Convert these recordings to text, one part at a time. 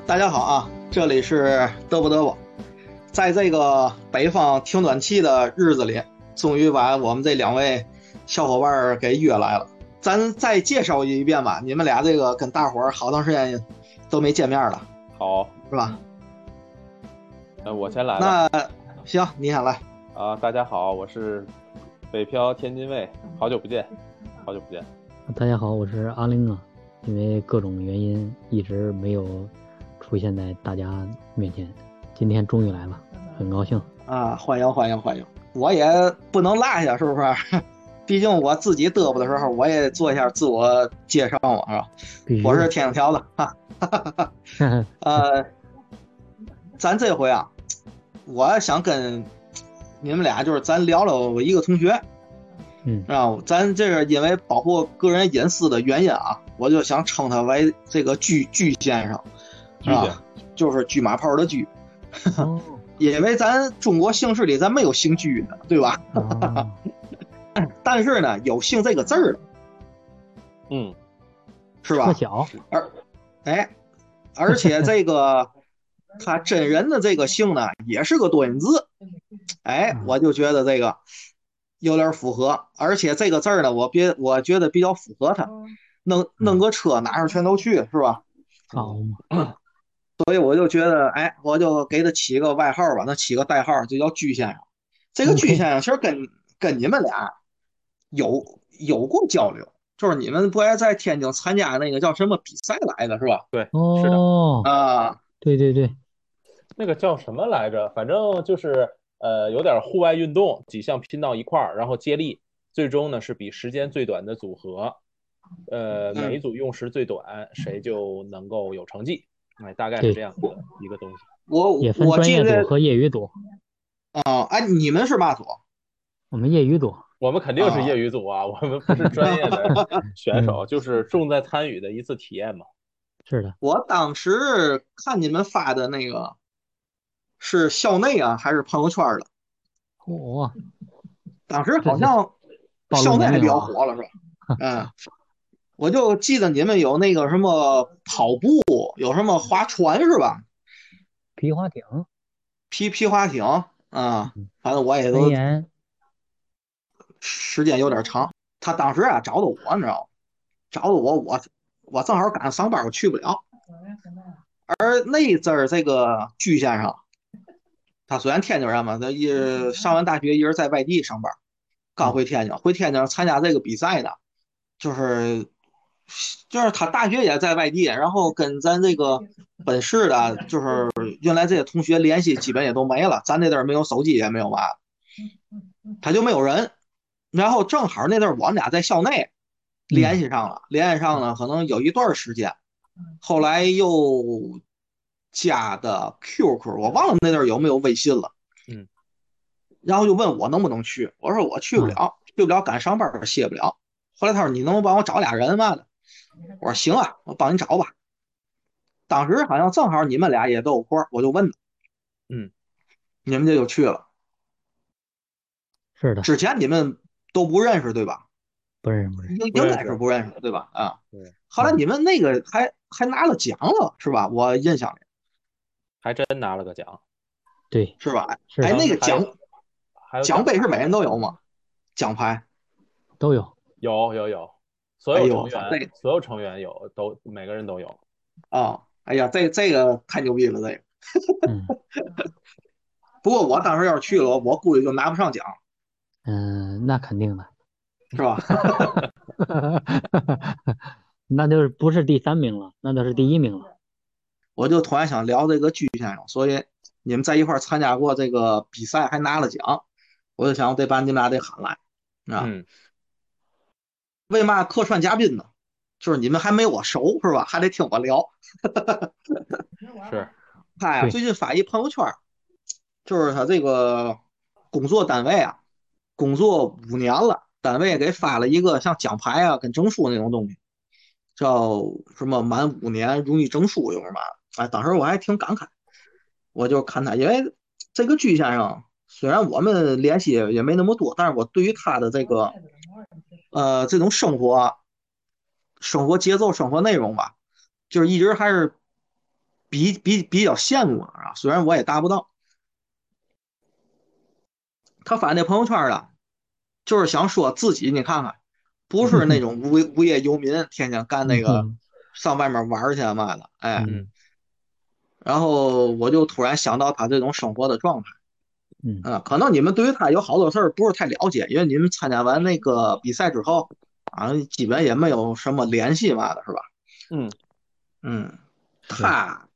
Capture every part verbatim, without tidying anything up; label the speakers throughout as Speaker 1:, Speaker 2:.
Speaker 1: 大家好啊，这里是嘚啵嘚啵。在这个北方停暖气的日子里，终于把我们这两位小伙伴给约来了。咱再介绍一遍吧，你们俩这个跟大伙儿好长时间都没见面了。
Speaker 2: 好，
Speaker 1: 是吧？
Speaker 2: 那我先来
Speaker 1: 吧。那行，你先来
Speaker 2: 啊。大家好，我是北漂天津卫，好久不见，好久不见。
Speaker 3: 大家好，我是阿玲啊，因为各种原因一直没有出现在大家面前，今天终于来了，很高兴
Speaker 1: 啊！欢迎欢迎欢迎！我也不能落下，是不是？毕竟我自己嘚啵的时候，我也做一下自我介绍嘛，是吧？我是天津条的，哈哈哈哈。呃，咱这回啊，我想跟你们俩就是咱聊聊我一个同学，
Speaker 3: 嗯
Speaker 1: 啊，咱这个因为保护个人隐私的原因啊，我就想称他为这个居居先生，啊，就是车马炮的居。
Speaker 3: 哦
Speaker 1: 因为咱中国姓氏里咱没有姓居的，对吧？
Speaker 3: 哦
Speaker 1: 但是呢，有姓这个字儿的，
Speaker 2: 嗯，
Speaker 1: 是吧？
Speaker 3: 小，
Speaker 1: 而哎，而且这个他真人的这个姓呢，也是个多音字，哎，我就觉得这个有点符合，而且这个字儿呢，我别我觉得比较符合他，弄弄个车哪儿全都去，是吧？
Speaker 3: 好
Speaker 1: 嘛。所以我就觉得，哎，我就给他起个外号吧，那起个代号就叫居先生。这个居先生其实跟跟你们俩有有过交流，就是你们不还在天津参加那个叫什么比赛来的是吧？
Speaker 2: 对，
Speaker 3: 是
Speaker 2: 的
Speaker 1: 啊，
Speaker 3: 对对对，
Speaker 2: 那个叫什么来着？反正就是呃有点户外运动，几项拼到一块儿，然后接力，最终呢是比时间最短的组合，呃每一组用时最短，谁就能够有成绩。哎，大概是这样的一个东西。
Speaker 1: 我
Speaker 3: 也分专业组和业余组。
Speaker 1: 啊，哎，你们是嘛组？
Speaker 3: 我们业余组。
Speaker 2: 我们肯定是业余组啊，我们不是专业的选手，就是重在参与的一次体验嘛。
Speaker 3: 是的。
Speaker 1: 我当时看你们发的那个是校内啊，还是朋友圈的？
Speaker 3: 哦，
Speaker 1: 当时好像校内还比较火了，是吧？嗯。我就记得你们有那个什么跑步，有什么划船是吧？
Speaker 3: 皮划艇，
Speaker 1: 皮皮划艇啊，反正我也都时间有点长。他当时啊找的我，你知道吗？找的我，我我正好赶上上班，我去不了。而那阵儿这个居先生，他虽然天津人嘛，他一上完大学一人在外地上班，刚回天津，回天津参加这个比赛呢，就是。就是他大学也在外地，然后跟咱这个本市的，就是原来这些同学联系基本也都没了。咱那阵儿没有手机，也没有嘛，他就没有人。然后正好那阵儿我们俩在校内联系上了，联系上了，可能有一段时间，后来又加的 Q Q， 我忘了那阵儿有没有微信了。
Speaker 2: 嗯，
Speaker 1: 然后就问我能不能去，我说我去不了，去不了赶上班歇不了。后来他说你能不能帮我找俩人嘛的？我说行啊，我帮你找吧。当时好像正好你们俩也都有活，我就问他，
Speaker 2: 嗯，
Speaker 1: 你们这就去了。
Speaker 3: 是的。
Speaker 1: 之前你们都不认识对吧？
Speaker 3: 不认识，不认识，
Speaker 1: 应应该是不认识对吧？啊，
Speaker 2: 对。
Speaker 1: 后来你们那个还还拿了奖了是吧？我印象里
Speaker 2: 还真拿了个奖，
Speaker 3: 对，
Speaker 1: 是吧？
Speaker 3: 是
Speaker 1: 哎，那个奖奖杯是每人都有吗？奖牌
Speaker 3: 都有，
Speaker 2: 有有有。所有成员，哎、所有成员有，都每个人都有。
Speaker 1: 哦，哎呀，这这个太牛逼了，这个。
Speaker 3: 嗯。
Speaker 1: 不过我当时要是去了，我估计就拿不上奖。
Speaker 3: 嗯，那肯定的，
Speaker 1: 是吧？
Speaker 3: 那就是不是第三名了，那就是第一名了。
Speaker 1: 我就突然想聊这个居先生，所以你们在一块参加过这个比赛，还拿了奖，我就想我得把你们俩得喊来啊。
Speaker 2: 嗯。
Speaker 1: 为嘛客串嘉宾呢？就是你们还没我熟是吧？还得听我聊。
Speaker 2: 是。
Speaker 1: 他呀，最近发一朋友圈，就是他这个工作单位啊，工作五年了，单位给发了一个像奖牌啊跟证书那种东西，叫什么满五年荣誉证书，有什么？哎，当时我还挺感慨，我就看他，因为这个居先生虽然我们联系也没那么多，但是我对于他的这个呃这种生活生活节奏、生活内容吧，就是一直还是比比比较羡慕啊，虽然我也达不到。他发那朋友圈了，就是想说自己，你看看，不是那种无无业游民，天天干那个上外面玩去嘛的，哎，
Speaker 2: 嗯
Speaker 1: 然后我就突然想到他这种生活的状态。
Speaker 3: 嗯
Speaker 1: 啊，可能你们对于他有好多事儿不是太了解，因为你们参加完那个比赛之后，啊，基本也没有什么联系嘛的，是吧？
Speaker 2: 嗯
Speaker 1: 嗯，
Speaker 3: 是
Speaker 1: 他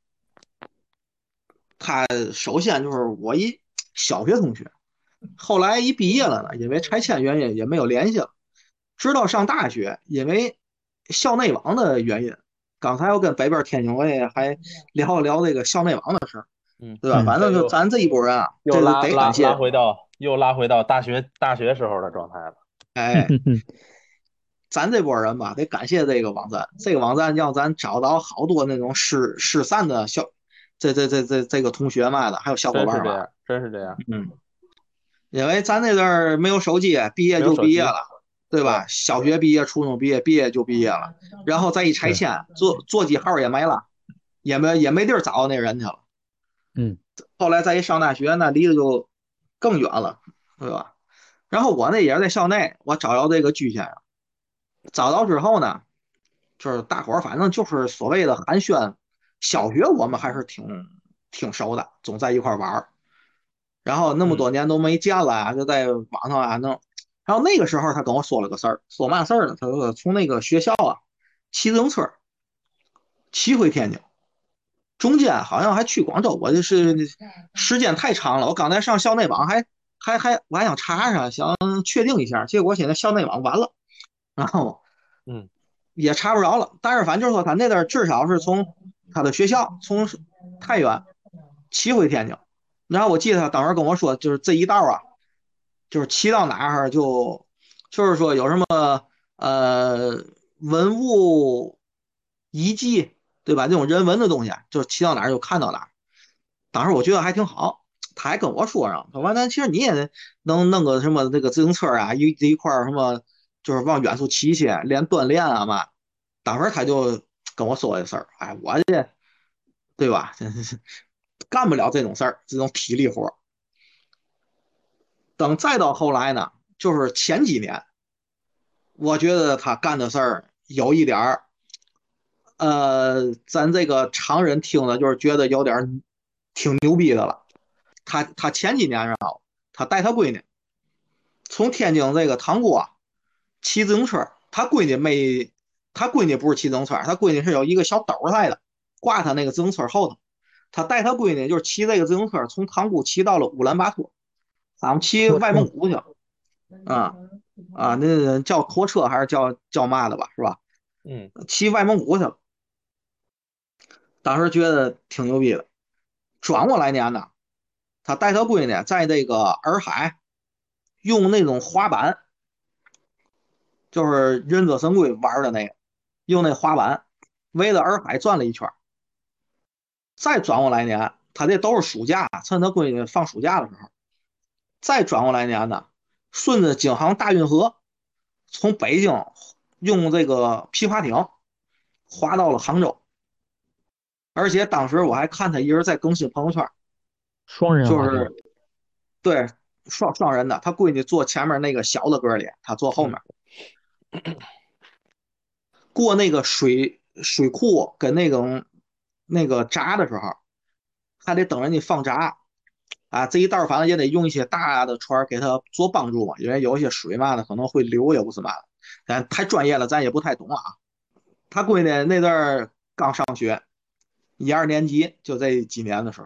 Speaker 1: 他首先就是我一小学同学，后来一毕业了呢，因为拆迁原因也没有联系了。直到上大学，因为校内网的原因，刚才我跟北边天津卫还聊一聊这个校内网的事儿，
Speaker 2: 嗯，
Speaker 1: 对吧？
Speaker 3: 嗯
Speaker 1: 反正就
Speaker 2: 这又
Speaker 1: 咱这一波人啊，
Speaker 2: 又
Speaker 1: 这个
Speaker 2: 拉拉
Speaker 1: 得感谢，
Speaker 2: 拉回到又拉回到大学大学时候的状态了。
Speaker 1: 哎，咱这波人吧，得感谢这个网站，这个网站让咱找到好多那种失失散的小，这这这这这个同学嘛的，还有小伙伴嘛的，
Speaker 2: 真是这样，真是这样。
Speaker 1: 嗯，因为咱那阵儿没有手机，毕业
Speaker 2: 没有手机，
Speaker 1: 就毕业了，对吧？
Speaker 2: 对，
Speaker 1: 小学毕业、初中毕业，毕业就毕业了，然后再一拆
Speaker 3: 是
Speaker 1: 迁，座座机号也没了，也没也没地儿找那人去了。
Speaker 3: 嗯
Speaker 1: 后来再一上大学，那离得就更远了，对吧？然后我那也是在校内，我找着这个居先生，找到之后呢，就是大伙儿反正就是所谓的寒暄，小学我们还是挺挺熟的，总在一块玩儿。然后那么
Speaker 2: 嗯
Speaker 1: 多年都没见了啊，就在网上啊弄。然后那个时候他跟我说了个事儿，说嘛事儿呢？他说从那个学校啊骑自行车骑回天津，中间好像还去广州，我就是时间太长了。我刚才上校内网还还还我还想查查，想确定一下，结果现在校内网完了，然后
Speaker 2: 嗯
Speaker 1: 也查不着了。但是反正就是说他那阵至少是从他的学校从太原骑回天津，然后我记得他当时跟我说，就是这一道啊，就是骑到哪儿就就是说有什么呃文物遗迹，对吧？这种人文的东西啊，就是骑到哪儿就看到哪儿。当时我觉得还挺好，他还跟我说上，他说那其实你也能弄个什么这个自行车啊，一一块儿什么就是往远处骑去，练锻炼啊嘛。当时他就跟我说这事儿，哎，我这对吧，真是干不了这种事儿，这种体力活。等再到后来呢，就是前几年，我觉得他干的事儿有一点儿，呃，咱这个常人听了就是觉得有点挺牛逼的了。他他前几年啊，他带他闺女从天津这个塘沽啊骑自行车，他闺女没，他闺女不是骑自行车，他闺女是有一个小斗来的，挂他那个自行车后头。他带他闺女就是骑这个自行车从塘沽骑到了乌兰巴托，咱们骑外蒙古去了啊啊，那叫拖车还是叫叫嘛的吧，是吧？
Speaker 2: 嗯
Speaker 1: 骑外蒙古去了，当时觉得挺牛逼的。转过来年呢，他带他闺女在这个洱海用那种滑板，就是忍者神龟玩的那个，用那滑板围着洱海转了一圈。再转过来年，他这都是暑假，趁他闺女放暑假的时候，再转过来年呢，顺着京杭大运河，从北京用这个皮划艇划到了杭州。而且当时我还看他一人在更新朋友圈，
Speaker 3: 双人滑艇，
Speaker 1: 就是对双双人的，他闺女坐前面那个小的歌里，他坐后
Speaker 2: 嗯
Speaker 1: 面。过那个水水库跟那种那个闸的时候，还得等人家放闸啊。这一道反正也得用一些大的船给他做帮助嘛，因为有一些水嘛的可能会流，也不是嘛的。咱太专业了，咱也不太懂啊。他闺女那阵儿刚上学，一二年级，就这几年的时候，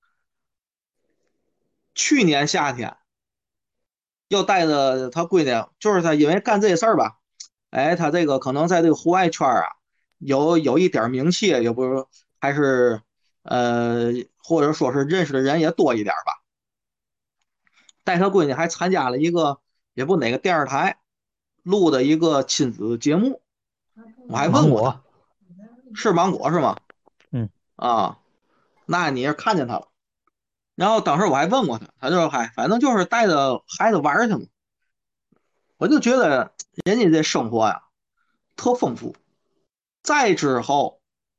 Speaker 1: 去年夏天又带着他闺女，就是他因为干这事儿吧，哎，他这个可能在这个户外圈啊有有一点名气，也不是还是呃，或者说是认识的人也多一点吧。带他闺女还参加了一个也不哪个电视台录的一个亲子节目，我还问过他，
Speaker 3: 芒果，
Speaker 1: 是芒果是吗？
Speaker 3: 嗯
Speaker 1: 啊，那你是看见他了。然后当时我还问过他，他就说嗨，反正就是带着孩子玩去嘛。我就觉得人家这生活呀特丰富。再之后，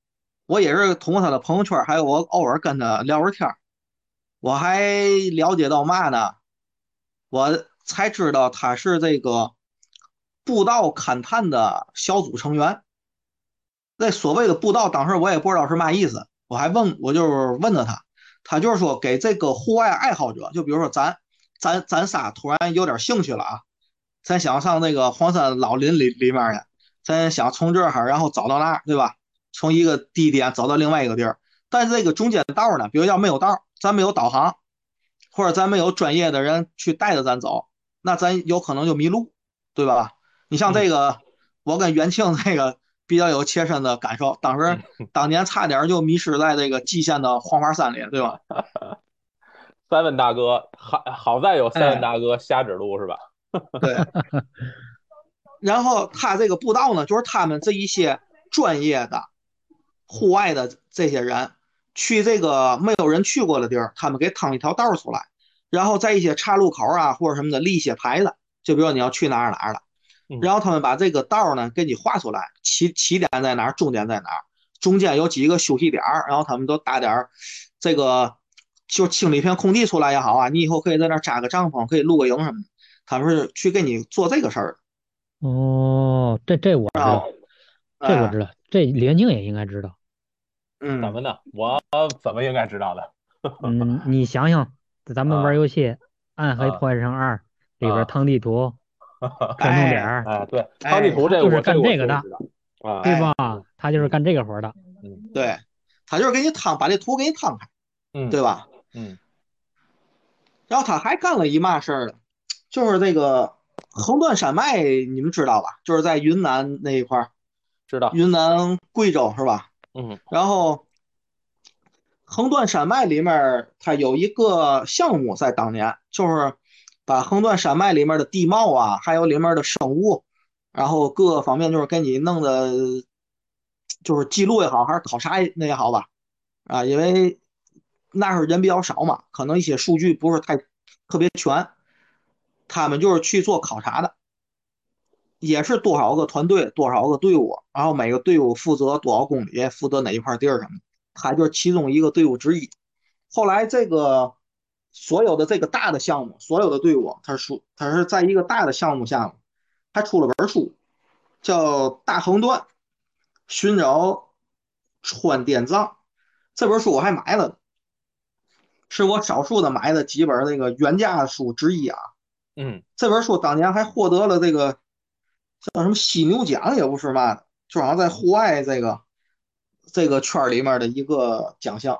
Speaker 1: 我也是通过他的朋友圈，还有我偶尔跟他聊会天，我还了解到嘛呢？我才知道他是这个布道勘探的小组成员。那所谓的布道，当时我也不知道是嘛意思，我还问，我就是问了他，他就是说给这个户外爱好者，就比如说咱咱咱仨突然有点兴趣了啊，咱想上那个黄山老林里里面去，咱想从这儿然后走到那儿，对吧？从一个地点走到另外一个地儿，但是这个中间道呢，比如要没有道，咱没有导航，或者咱没有专业的人去带着咱走，那咱有可能就迷路，对吧？你像这个，我跟元庆这个比较有切身的感受，当时当年差点就迷失在这个蓟县的黄花山里，对吧？
Speaker 2: 三问大哥，好好在有三问
Speaker 1: 哎，
Speaker 2: 大哥瞎指路是吧？
Speaker 1: 对。然后他这个步道呢，就是他们这一些专业的户外的这些人去这个没有人去过的地儿，他们给趟一条道出来，然后在一些岔路口啊或者什么的立一些牌子，就比如你要去哪儿哪儿了，然后他们把这个道呢给你画出来，起起点在哪儿，终点在哪儿，中间有几个休息点，然后他们都搭点这个就清理一片空地出来也好啊，你以后可以在那儿扎个帐篷，可以露个营什么的，他们是去给你做这个事儿。
Speaker 3: 哦，这这我知道，这我
Speaker 1: 哎，
Speaker 3: 知道，这李元庆也应该知道。
Speaker 1: 嗯，
Speaker 2: 怎么呢？我怎么应该知道的？
Speaker 3: 嗯，你想想，咱们玩
Speaker 2: 啊
Speaker 3: 游戏《暗黑
Speaker 2: 啊
Speaker 3: 破坏神二》里边
Speaker 2: 啊！
Speaker 3: 趟地图、传送点
Speaker 1: 哎
Speaker 3: 儿，
Speaker 2: 哎，对，汤地
Speaker 1: 哎，
Speaker 2: 图
Speaker 3: 他就是
Speaker 2: 这个我这个我
Speaker 3: 干这个的，
Speaker 2: 确实知道啊。
Speaker 3: 对吧？
Speaker 1: 哎，
Speaker 3: 他就是干
Speaker 2: 嗯
Speaker 3: 这个活儿的。
Speaker 2: 嗯
Speaker 1: 对，他就是给你趟，把这图给你趟开，
Speaker 2: 嗯
Speaker 1: 对吧？
Speaker 2: 嗯
Speaker 1: 然后他还干了一嘛事儿呢，就是这个横断山脉，你们知道吧？就是在云南那一块儿，
Speaker 2: 知道。
Speaker 1: 云南贵州是吧？
Speaker 2: 嗯
Speaker 1: 然后横断山脉里面，它有一个项目在当年，就是把横断山脉里面的地貌啊，还有里面的生物，然后各个方面就是给你弄的，就是记录也好，还是考察那也好吧，啊，因为那时候人比较少嘛，可能一些数据不是太特别全，他们就是去做考察的，也是多少个团队，多少个队伍，然后每个队伍负责多少公里，负责哪一块地儿什么的，他就是其中一个队伍之一。后来这个所有的这个大的项目，所有的队伍，他是他是在一个大的项目下，还出了本书，叫《大横断：寻找川滇藏》。这本书我还买了，是我少数的买的几本那个原价书之一啊。
Speaker 2: 嗯
Speaker 1: 这本书当年还获得了这个叫什么犀牛奖，也不是嘛的，就好像在户外这个这个圈里面的一个奖项。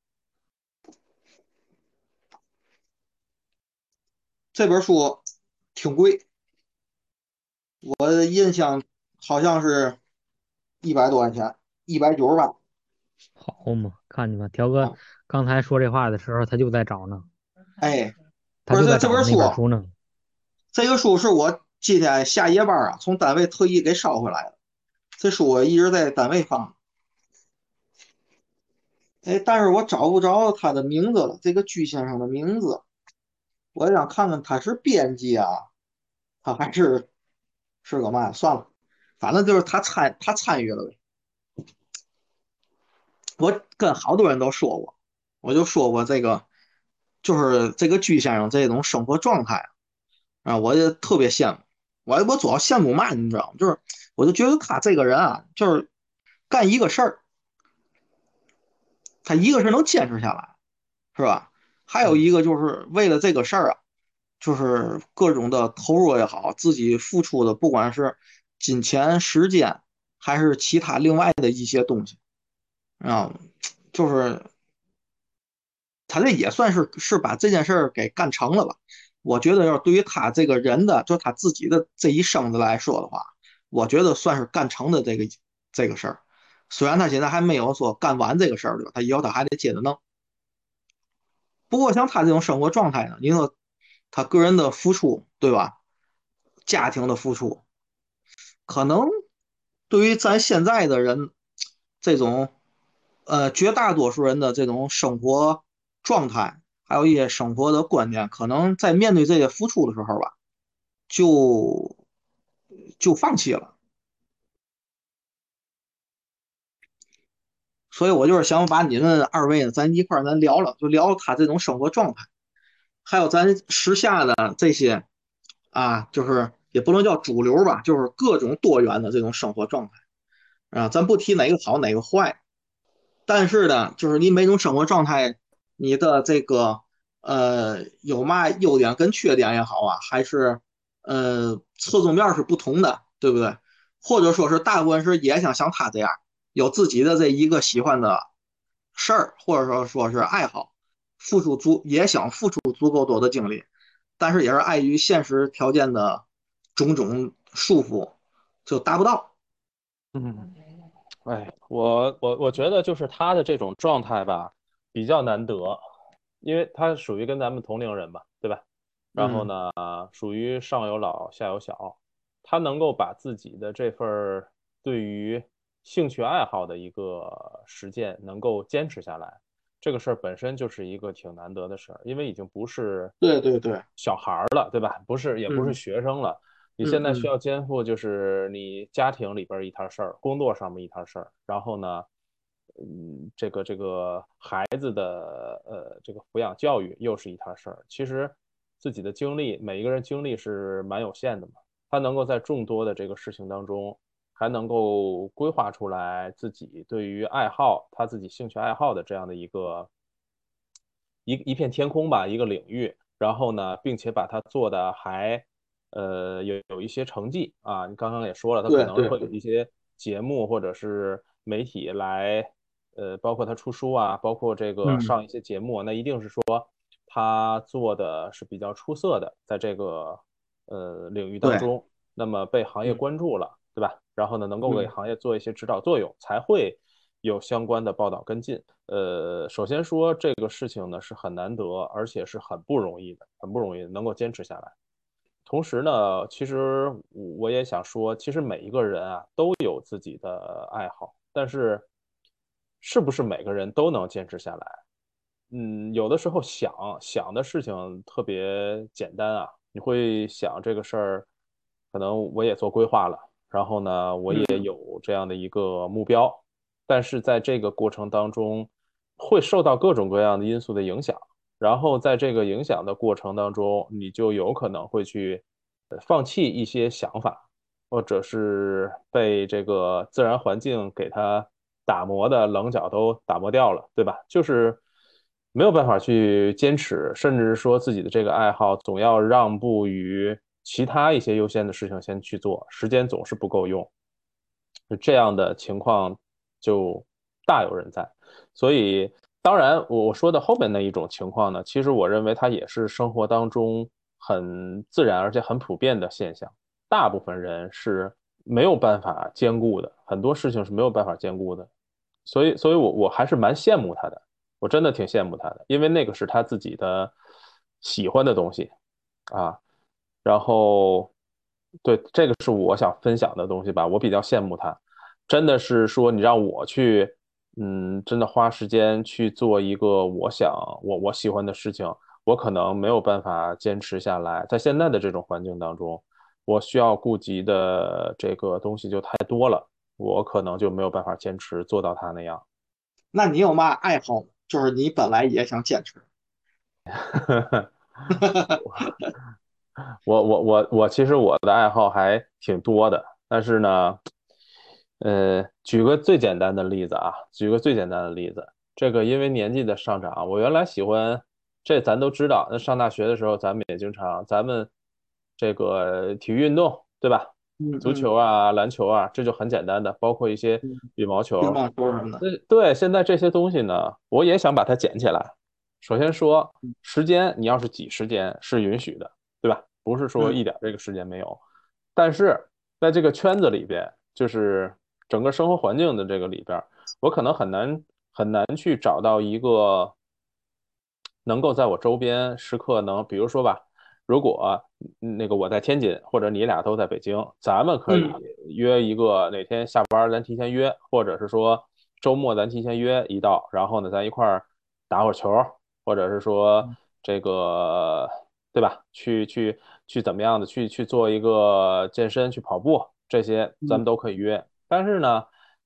Speaker 1: 这本书挺贵，我的印象好像是一百多块钱，一百九十八。
Speaker 3: 好嘛，看见吗？条哥
Speaker 1: 啊，
Speaker 3: 刚才说这话的时候，他就在找呢，
Speaker 1: 哎，
Speaker 3: 他
Speaker 1: 不是这这
Speaker 3: 就在找着那
Speaker 1: 本书啊，
Speaker 3: 本书呢。
Speaker 1: 这个书是我今天下夜班啊，从单位特意给捎回来的。这书我一直在单位放，哎，但是我找不着他的名字了，这个居先生的名字，我想看看他是编辑啊，他还是是个嘛？算了，反正就是他参他参与了呗。我跟好多人都说过，我就说过这个，就是这个居先生这种生活状态啊，我就特别羡慕。我我主要羡慕嘛，你知道吗？就是我就觉得他这个人啊，就是干一个事儿，他一个是能坚持下来，是吧？还有
Speaker 2: 嗯
Speaker 1: 一个就是为了这个事儿啊，就是各种的投入也好，自己付出的，不管是金钱、时间，还是其他另外的一些东西啊，就是他这也算是是把这件事儿给干成了吧。我觉得，要是对于他这个人的，就他自己的这一生的来说的话，我觉得算是干成的这个这个事儿。虽然他现在还没有说干完这个事儿，对吧？他以后他还得接着弄。不过像他这种生活状态呢，你说他个人的付出，对吧？家庭的付出，可能对于咱现在的人，这种呃绝大多数人的这种生活状态，还有一些生活的观念，可能在面对这些付出的时候吧，就就放弃了。 所以我就是想把你们二位呢，咱一块儿咱聊聊，就聊他这种生活状态，还有咱时下的这些啊，就是也不能叫主流吧，就是各种多元的这种生活状态啊。咱不提哪个好哪个坏，但是呢，就是你每种生活状态，你的这个呃有嘛优点跟缺点也好啊，还是呃侧重面是不同的，对不对？或者说是大部分是也想像他这样，有自己的这一个喜欢的事儿，或者说说是爱好，付出足也想付出足够多的精力，但是也是碍于现实条件的种种束缚，就达不到。
Speaker 2: 嗯，哎，我我我觉得就是他的这种状态吧，比较难得，因为他属于跟咱们同龄人吧，对吧？然后
Speaker 1: 嗯，
Speaker 2: 呢，属于上有老下有小，他能够把自己的这份儿对于兴趣爱好的一个实践能够坚持下来，这个事儿本身就是一个挺难得的事儿，因为已经不是
Speaker 1: 对对对，
Speaker 2: 小孩儿了，对吧？不是，也不是
Speaker 1: 嗯
Speaker 2: 学生了。你现在需
Speaker 1: 嗯嗯，
Speaker 2: 要肩负就是你家庭里边儿一摊事儿，工作上面一摊事儿，然后呢，嗯，这个这个孩子的呃这个抚养教育又是一摊事儿。其实自己的精力，每一个人精力是蛮有限的嘛，他能够在众多的这个事情当中，还能够规划出来自己对于爱好，他自己兴趣爱好的这样的一个一一片天空吧，一个领域。然后呢，并且把它做的还呃有有一些成绩啊。你刚刚也说了，他可能会有
Speaker 1: 对对对，
Speaker 2: 一些节目或者是媒体来，呃，包括他出书啊，包括这个
Speaker 1: 嗯
Speaker 2: 上一些节目，那一定是说他做的是比较出色的，在这个呃领域当
Speaker 1: 对，
Speaker 2: 中，那么被行业
Speaker 1: 嗯
Speaker 2: 关注了，对吧？然后呢，能够给
Speaker 1: 嗯
Speaker 2: 行业做一些指导作用，才会有相关的报道跟进。呃，首先说这个事情呢是很难得，而且是很不容易的，很不容易能够坚持下来。同时呢，其实我也想说，其实每一个人啊都有自己的爱好，但是是不是每个人都能坚持下来？嗯，有的时候想想的事情特别简单啊，你会想这个事儿，可能我也做规划了，然后呢，我也
Speaker 1: 嗯，
Speaker 2: 有这样的一个目标，但是在这个过程当中，会受到各种各样的因素的影响，然后在这个影响的过程当中，你就有可能会去呃放弃一些想法，或者是被这个自然环境给它打磨的棱角都打磨掉了，对吧？就是没有办法去坚持，甚至是说自己的这个爱好总要让步于其他一些优先的事情先去做，时间总是不够用，这样的情况就大有人在。所以，当然我说的后面那一种情况呢，其实我认为它也是生活当中很自然而且很普遍的现象。大部分人是没有办法兼顾的，很多事情是没有办法兼顾的。所以，所以我我还是蛮羡慕他的，我真的挺羡慕他的，因为那个是他自己的喜欢的东西啊。然后，对，这个是我想分享的东西吧，我比较羡慕他。真的是说你让我去，嗯，真的花时间去做一个我想我我喜欢的事情，我可能没有办法坚持下来。在现在的这种环境当中，我需要顾及的这个东西就太多了，我可能就没有办法坚持做到他那样。
Speaker 1: 那你有嘛爱好？就是你本来也想坚持。
Speaker 2: 我我我我其实我的爱好还挺多的，但是呢，呃，举个最简单的例子啊，举个最简单的例子，这个因为年纪的上涨，我原来喜欢，这咱都知道，那上大学的时候咱们也经常，咱们这个体育运动，对吧？足
Speaker 1: 嗯嗯
Speaker 2: 球啊，篮球啊，这就很简单的，包括一些
Speaker 1: 嗯，
Speaker 2: 羽毛球。
Speaker 1: 乒乓球什么的。
Speaker 2: 那对，现在这些东西呢，我也想把它捡起来。首先说，时间你要是挤时间是允许的，对吧？不是说
Speaker 1: 嗯
Speaker 2: 一点这个时间没有，但是在这个圈子里边，就是整个生活环境的这个里边，我可能很难很难去找到一个能够在我周边时刻能，比如说吧，如果嗯那个我在天津，或者你俩都在北京，咱们可以
Speaker 1: 嗯
Speaker 2: 约一个哪天下班咱提前约，或者是说周末咱提前约一道，然后呢咱一块儿打会儿球，或者是说这个对吧？去去去怎么样的去去做一个健身，去跑步，这些咱
Speaker 1: 嗯
Speaker 2: 们都可以约。但是呢，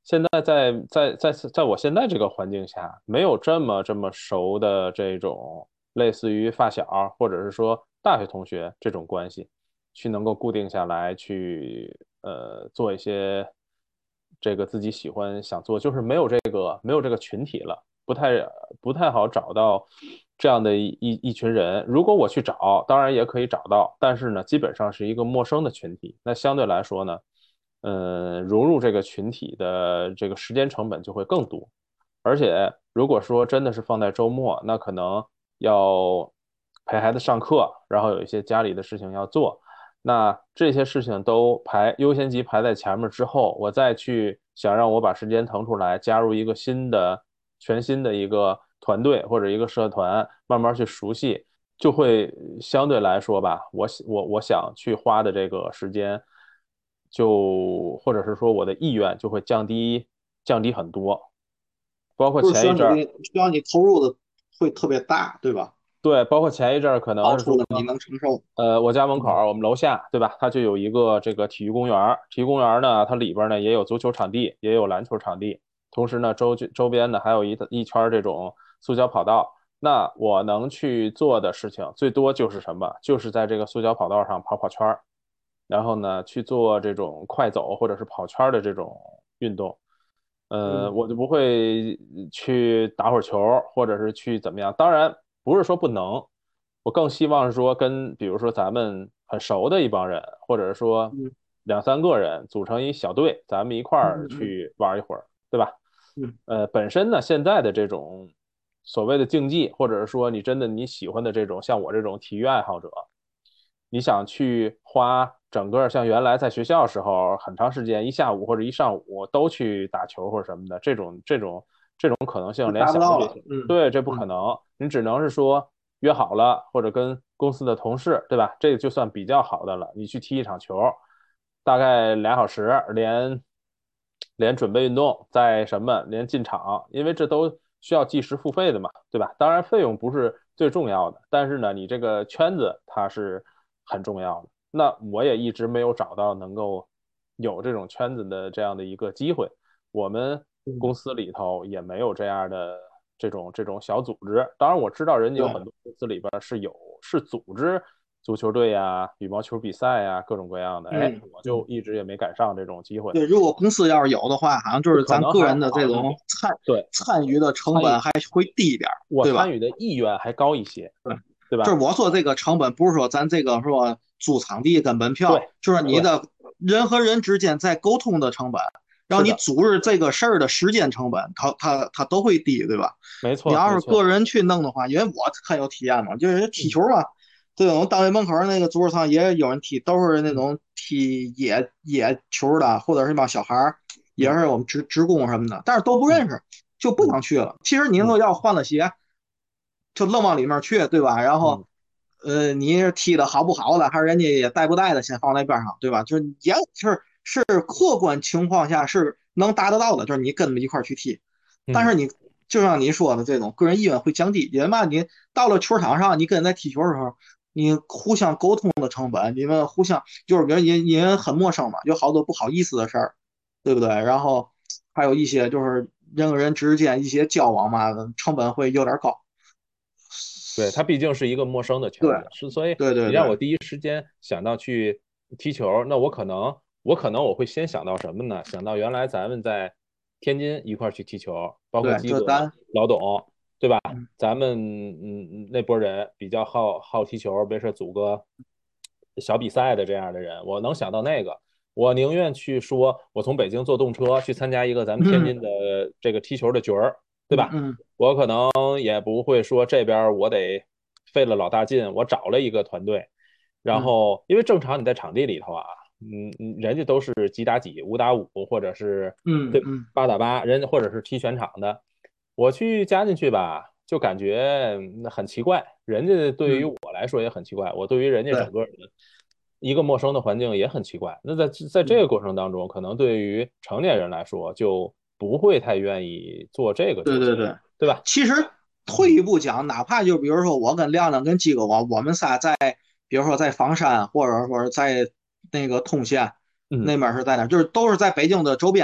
Speaker 2: 现在在在在在我现在这个环境下，没有这么这么熟的这种类似于发小或者是说大学同学这种关系，去能够固定下来去呃做一些这个自己喜欢想做，就是没有这个没有这个群体了，不太不太好找到这样的一一一群人。如果我去找，当然也可以找到，但是呢，基本上是一个陌生的群体，那相对来说呢。嗯，融入这个群体的这个时间成本就会更多，而且如果说真的是放在周末，那可能要陪孩子上课，然后有一些家里的事情要做，那这些事情都排优先级排在前面之后，我再去想让我把时间腾出来，加入一个新的、全新的一个团队或者一个社团，慢慢去熟悉，就会相对来说吧，我我我想去花的这个时间。就或者是说我的意愿就会降低降低很多，包括
Speaker 1: 就是需
Speaker 2: 前一阵儿，
Speaker 1: 要你需要你投入的会特别大，对吧？
Speaker 2: 对，包括前一阵儿可能是说，
Speaker 1: 超出了你能承受。
Speaker 2: 呃，我家门口
Speaker 1: 嗯
Speaker 2: 儿我们楼下，对吧？它就有一个这个体育公园儿，体育公园儿呢，它里边儿呢也有足球场地，也有篮球场地，同时呢周周边呢还有一一圈儿这种塑胶跑道。那我能去做的事情最多就是什么？就是在这个塑胶跑道上跑跑圈儿，然后呢去做这种快走或者是跑圈儿的这种运动。呃，
Speaker 1: 嗯
Speaker 2: 我就不会去打会儿球，或者是去怎么样。当然，不是说不能，我更希望是说跟比如说咱们很熟的一帮人，或者是说
Speaker 1: 嗯
Speaker 2: 两三个人组成一小队，咱们一块儿
Speaker 1: 嗯嗯
Speaker 2: 去玩一会儿，对吧？
Speaker 1: 嗯
Speaker 2: 呃，本身呢，现在的这种所谓的竞技，或者是说你真的你喜欢的这种，像我这种体育爱好者，你想去花整个像原来在学校时候很长时间，一下午或者一上午都去打球或者什么的，这种这种这种可能性
Speaker 1: 就
Speaker 2: 连
Speaker 1: 达不到了。
Speaker 2: 想都别想。
Speaker 1: 嗯
Speaker 2: 对，这不可
Speaker 1: 嗯
Speaker 2: 能，你只能是说约好了，或者跟公司的同事，对吧？这个就算比较好的了。你去踢一场球，大概俩小时，连连准备运动，再什么，连进场，因为这都需要计时付费的嘛，对吧？当然费用不是最重要的，但是呢，你这个圈子它是很重要的。那我也一直没有找到能够有这种圈子的这样的一个机会。我们
Speaker 1: 嗯，
Speaker 2: 公司里头也没有这样的这种这种小组织。当然我知道人家有很
Speaker 1: 对
Speaker 2: 多公司里边是有是组织足球队呀、羽毛球比赛呀，各种各样的。哎，
Speaker 1: 嗯
Speaker 2: 我就
Speaker 1: 嗯。
Speaker 2: 一直也没赶上这种机会。
Speaker 1: 对，如果公司要是有的话，好像就是
Speaker 2: 可能还
Speaker 1: 咱个人的这
Speaker 2: 好一点，
Speaker 1: 种参
Speaker 2: 对，
Speaker 1: 参与的成
Speaker 2: 参与
Speaker 1: 本还会低一点儿，对吧？
Speaker 2: 我参与的意愿还高一些，
Speaker 1: 对，
Speaker 2: 对吧？
Speaker 1: 就是我说这个成本，不是说咱这个说租场地跟门票，
Speaker 2: 对
Speaker 1: 就是你
Speaker 2: 对，
Speaker 1: 的人和人之间在沟通的成本，然后你
Speaker 2: 是的，
Speaker 1: 组织这个事儿的时间成本，它它它都会低，对吧？
Speaker 2: 没
Speaker 1: 你要是
Speaker 2: 错没错，
Speaker 1: 个人去弄的话，因为我很有体验嘛，就是踢
Speaker 2: 嗯
Speaker 1: 球嘛，对，我们单位门口那个足球场也有人踢，都是那
Speaker 2: 嗯
Speaker 1: 种踢野野球的，或者是那帮小孩儿，也
Speaker 2: 嗯
Speaker 1: 是我们职职工什么的，但是都不
Speaker 2: 嗯
Speaker 1: 认识，就不
Speaker 2: 嗯
Speaker 1: 想去了。其实你
Speaker 2: 嗯
Speaker 1: 说要换了鞋，就愣往里面去，对吧？然后，
Speaker 2: 嗯
Speaker 1: 呃，你是踢的好不好的，还是人家也带不带的，先放在边上，对吧？就是也是是客观情况下是能达得到的，就是你跟他们一块儿去踢。但
Speaker 2: 嗯
Speaker 1: 是你就像你说的这种个人意愿会降低，因为嘛，你到了球场上，你跟人在踢球的时候，你互相沟通的成本，你们互相就是比如因因为很陌生嘛，有好多不好意思的事儿，对不对？然后还有一些就是人和人之间一些交往嘛，成本会有点高。
Speaker 2: 对，它毕竟是一个陌生的
Speaker 1: 对
Speaker 2: 圈子，是所以
Speaker 1: 对对对，
Speaker 2: 你让我第一时间想到去踢球，那我可能我可能我会先想到什么呢？想到原来咱们在天津一块儿去踢球，包括
Speaker 1: 对，
Speaker 2: 基哥、
Speaker 1: 就咱
Speaker 2: 老董，对吧？
Speaker 1: 嗯
Speaker 2: 咱们嗯那波人比较好好踢球，没事组个小比赛的这样的人，我能想到那个。我宁愿去说，我从北京坐动车去参加一个咱们天
Speaker 1: 嗯
Speaker 2: 津的这个踢球的局儿，对吧？
Speaker 1: 嗯嗯
Speaker 2: 我可能也不会说这边我得费了老大劲，我找了一个团队，然
Speaker 1: 嗯
Speaker 2: 后因为正常你在场地里头啊，嗯嗯，人家都是几打几、五打五，或者是对
Speaker 1: 嗯嗯，
Speaker 2: 八打八，人家或者是踢全场的，我去加进去吧，就感觉嗯很奇怪，人家对于
Speaker 1: 嗯
Speaker 2: 我来说也很奇怪，我对于人家
Speaker 1: 对，
Speaker 2: 整个的一个陌生的环境也很奇怪。那在在这
Speaker 1: 嗯
Speaker 2: 个过程当中，可能对于成年人来说就不会太愿意做这个决定，
Speaker 1: 对对对。
Speaker 2: 对吧？
Speaker 1: 其实退
Speaker 2: 嗯
Speaker 1: 一步讲，哪怕就比如说我跟亮亮跟鸡哥我我们仨在，比如说在房山或者或者在那个通县
Speaker 2: 嗯
Speaker 1: 那边是在哪，就是都是在北京的周边。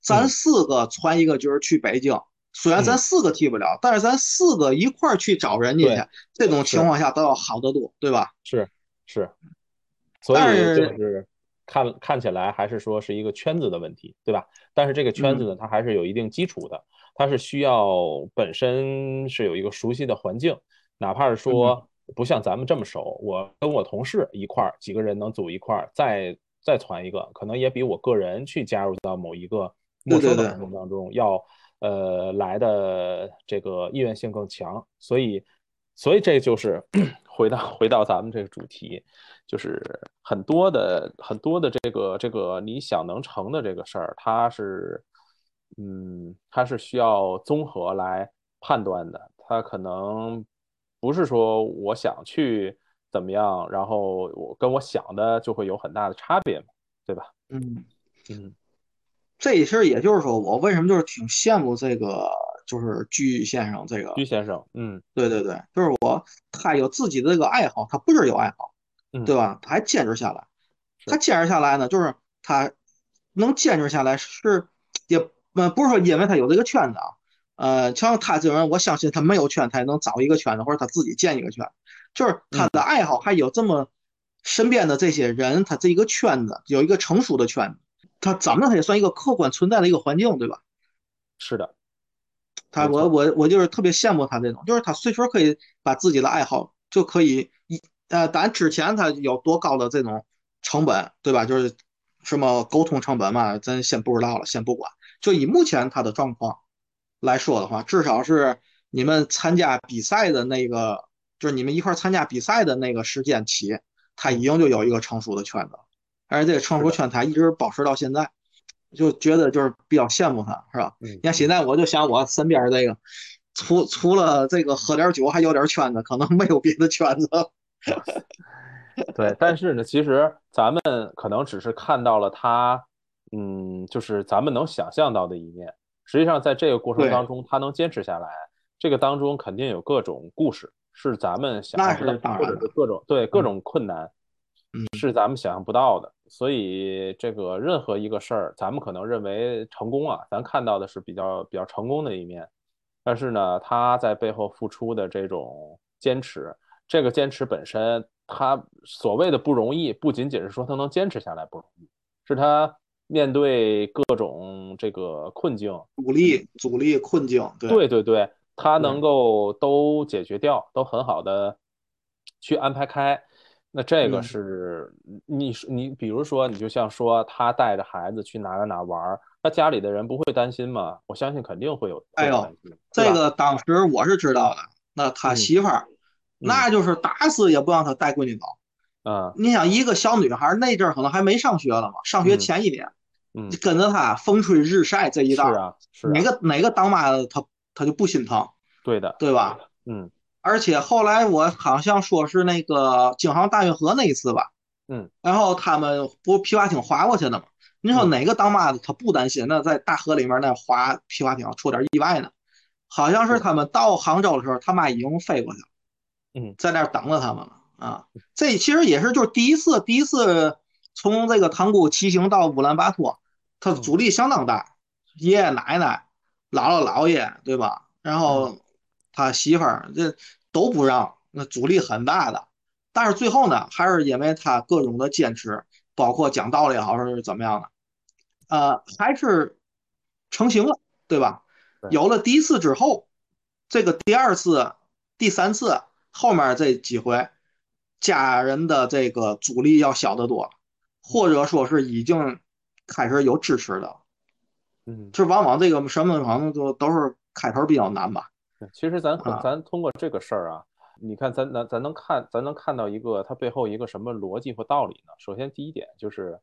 Speaker 1: 咱四个传一个局去北京，虽然咱四个踢不了，但是咱四个一块去找人家去，这种情况下都要好得多，对吧？
Speaker 2: 是是，所以就是看看起来还是说是一个圈子的问题，对吧？但是这个圈子呢，它还是有一定基础的，它是需要本身是有一个熟悉的环境，哪怕是说不像咱们这么熟，我跟我同事一块儿几个人能组一块儿，再再传一个，可能也比我个人去加入到某一个陌生的环境当中要呃来的这个意愿性更强，所以所以这就是回到回到咱们这个主题。就是很多的很多的这个这个你想能成的这个事儿，它是，嗯，它是需要综合来判断的。它可能不是说我想去怎么样，然后我跟我想的就会有很大的差别嘛，对吧？
Speaker 1: 嗯
Speaker 2: 嗯，
Speaker 1: 这其实也就是说，我为什么就是挺羡慕这个，就是居先生这个，
Speaker 2: 居先生，嗯，
Speaker 1: 对对对，就是我他有自己的这个爱好，他不是有爱好。
Speaker 2: 嗯，
Speaker 1: 对吧？他还坚持下来，他
Speaker 2: 是，
Speaker 1: 坚持下来呢，就是他能坚持下来是也呃不是说因为他有这个圈子啊，呃，像他这种人，我相信他没有圈，他也能找一个圈子，或者他自己建一个圈，就是他
Speaker 2: 嗯，
Speaker 1: 的爱好还有这么身边的这些人，他这一个圈子有一个成熟的圈子，他怎么他也算一个客观存在的一个环境，对吧？
Speaker 2: 是的，
Speaker 1: 他我
Speaker 2: 没错，
Speaker 1: 我我就是特别羡慕他这种，就是他随时可以把自己的爱好就可以一呃，咱之前他有多高的这种成本，对吧？就是什么沟通成本嘛，咱先不知道了，先不管。就以目前他的状况来说的话，至少是你们参加比赛的那个，就是你们一块参加比赛的那个时间起，他已
Speaker 2: 嗯，
Speaker 1: 经就有一个成熟的圈子，而且这个成
Speaker 2: 是的，
Speaker 1: 熟圈他一直保持到现在。就觉得就是比较羡慕他，是吧？
Speaker 2: 嗯
Speaker 1: 你看现
Speaker 2: 嗯。
Speaker 1: 在我就想我身边这个，除除了这个喝点酒还有点圈子，可能没有别的圈子。
Speaker 2: 对，但是呢，其实咱们可能只是看到了他，嗯，就是咱们能想象到的一面。实际上，在这个过程当
Speaker 1: 对，
Speaker 2: 中，他能坚持下来，这个当中肯定有各种故事，是咱们想
Speaker 1: 那
Speaker 2: 象不到，或者
Speaker 1: 是当然的。
Speaker 2: 是各种，对，各
Speaker 1: 嗯
Speaker 2: 种困难
Speaker 1: 嗯，
Speaker 2: 是咱们想象不到的。所以，这个任何一个事儿，咱们可能认为成功啊，咱看到的是比较比较成功的一面，但是呢，他在背后付出的这种坚持。这个坚持本身，他所谓的不容易，不仅仅是说他能坚持下来不容易，是他面对各种这个困境，
Speaker 1: 阻力、阻力、困境，对
Speaker 2: 对对对，他能
Speaker 1: 对，
Speaker 2: 够都解决掉，都很好的去安排开。那这个
Speaker 1: 嗯，
Speaker 2: 是你你比如说，你就像说他带着孩子去哪哪哪玩他家里的人不会担心吗？我相信肯定会有会
Speaker 1: 哎呦，
Speaker 2: 有担心，对吧？
Speaker 1: 这个当时我是知道的，那他
Speaker 2: 嗯
Speaker 1: 媳妇儿
Speaker 2: 嗯
Speaker 1: 那就是打死也不让他带闺女走。
Speaker 2: 啊
Speaker 1: 你想，一个小女孩那阵儿可能还没上学了嘛，上学
Speaker 2: 嗯
Speaker 1: 前一年，
Speaker 2: 嗯，
Speaker 1: 跟着他风吹日晒这一道，
Speaker 2: 是啊是
Speaker 1: 哪
Speaker 2: 啊，
Speaker 1: 个哪个当妈的她她就不心疼，
Speaker 2: 对的
Speaker 1: 对吧？
Speaker 2: 嗯
Speaker 1: 而且后来我好像说是那个京杭大运河那一次吧，
Speaker 2: 嗯
Speaker 1: 然后他们不皮划艇划过去的嘛？你说
Speaker 2: 嗯
Speaker 1: 哪个当妈的他不担心？那在大河里面那划皮划艇出点意外呢？好像是
Speaker 2: 是
Speaker 1: 他们到杭州的时候，他妈已经飞过去了，
Speaker 2: 嗯
Speaker 1: 在那儿等着他们了啊。这其实也是就是第一次，第一次从这个塘沽骑行到乌兰巴托，他的
Speaker 2: 嗯
Speaker 1: 阻力相当大，爷爷奶奶、姥姥姥爷，对吧？然
Speaker 2: 嗯
Speaker 1: 后他媳妇儿这都不让，那阻力很大的。但是最后呢，还是因为他各种的坚持，包括讲道理也好，是怎么样的，呃，还是成型了，对吧？
Speaker 2: 对
Speaker 1: 有了第一次之后，这个第二次、第三次后面这几回，家人的这个阻力要小得多，或者说是已经开始有支持的，
Speaker 2: 嗯。
Speaker 1: 就往往这个什么可能就都是开头比较难吧，
Speaker 2: 其实咱可
Speaker 1: 啊，
Speaker 2: 咱通过这个事儿啊，你看咱咱咱能看咱能看到一个它背后一个什么逻辑和道理呢？首先第一点就是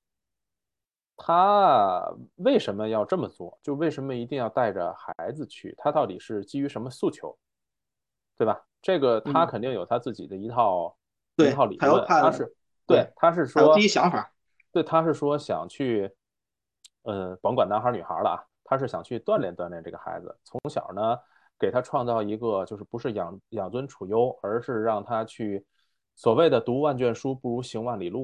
Speaker 2: 他为什么要这么做？就为什么一定要带着孩子去？他到底是基于什么诉求，对吧？这个他
Speaker 1: 嗯，
Speaker 2: 肯定有他自己的一套一
Speaker 1: 对，他有
Speaker 2: 套理论，
Speaker 1: 他的，
Speaker 2: 他是
Speaker 1: 对，
Speaker 2: 对，他是
Speaker 1: 他有自己
Speaker 2: 说，
Speaker 1: 想法，
Speaker 2: 对，他是说想去，呃，甭管男孩儿女孩儿了啊，他是想去锻炼锻炼这个孩子，从小呢给他创造一个就是不是养养尊处优，而是让他去所谓的读万卷书不如行万里路嘛，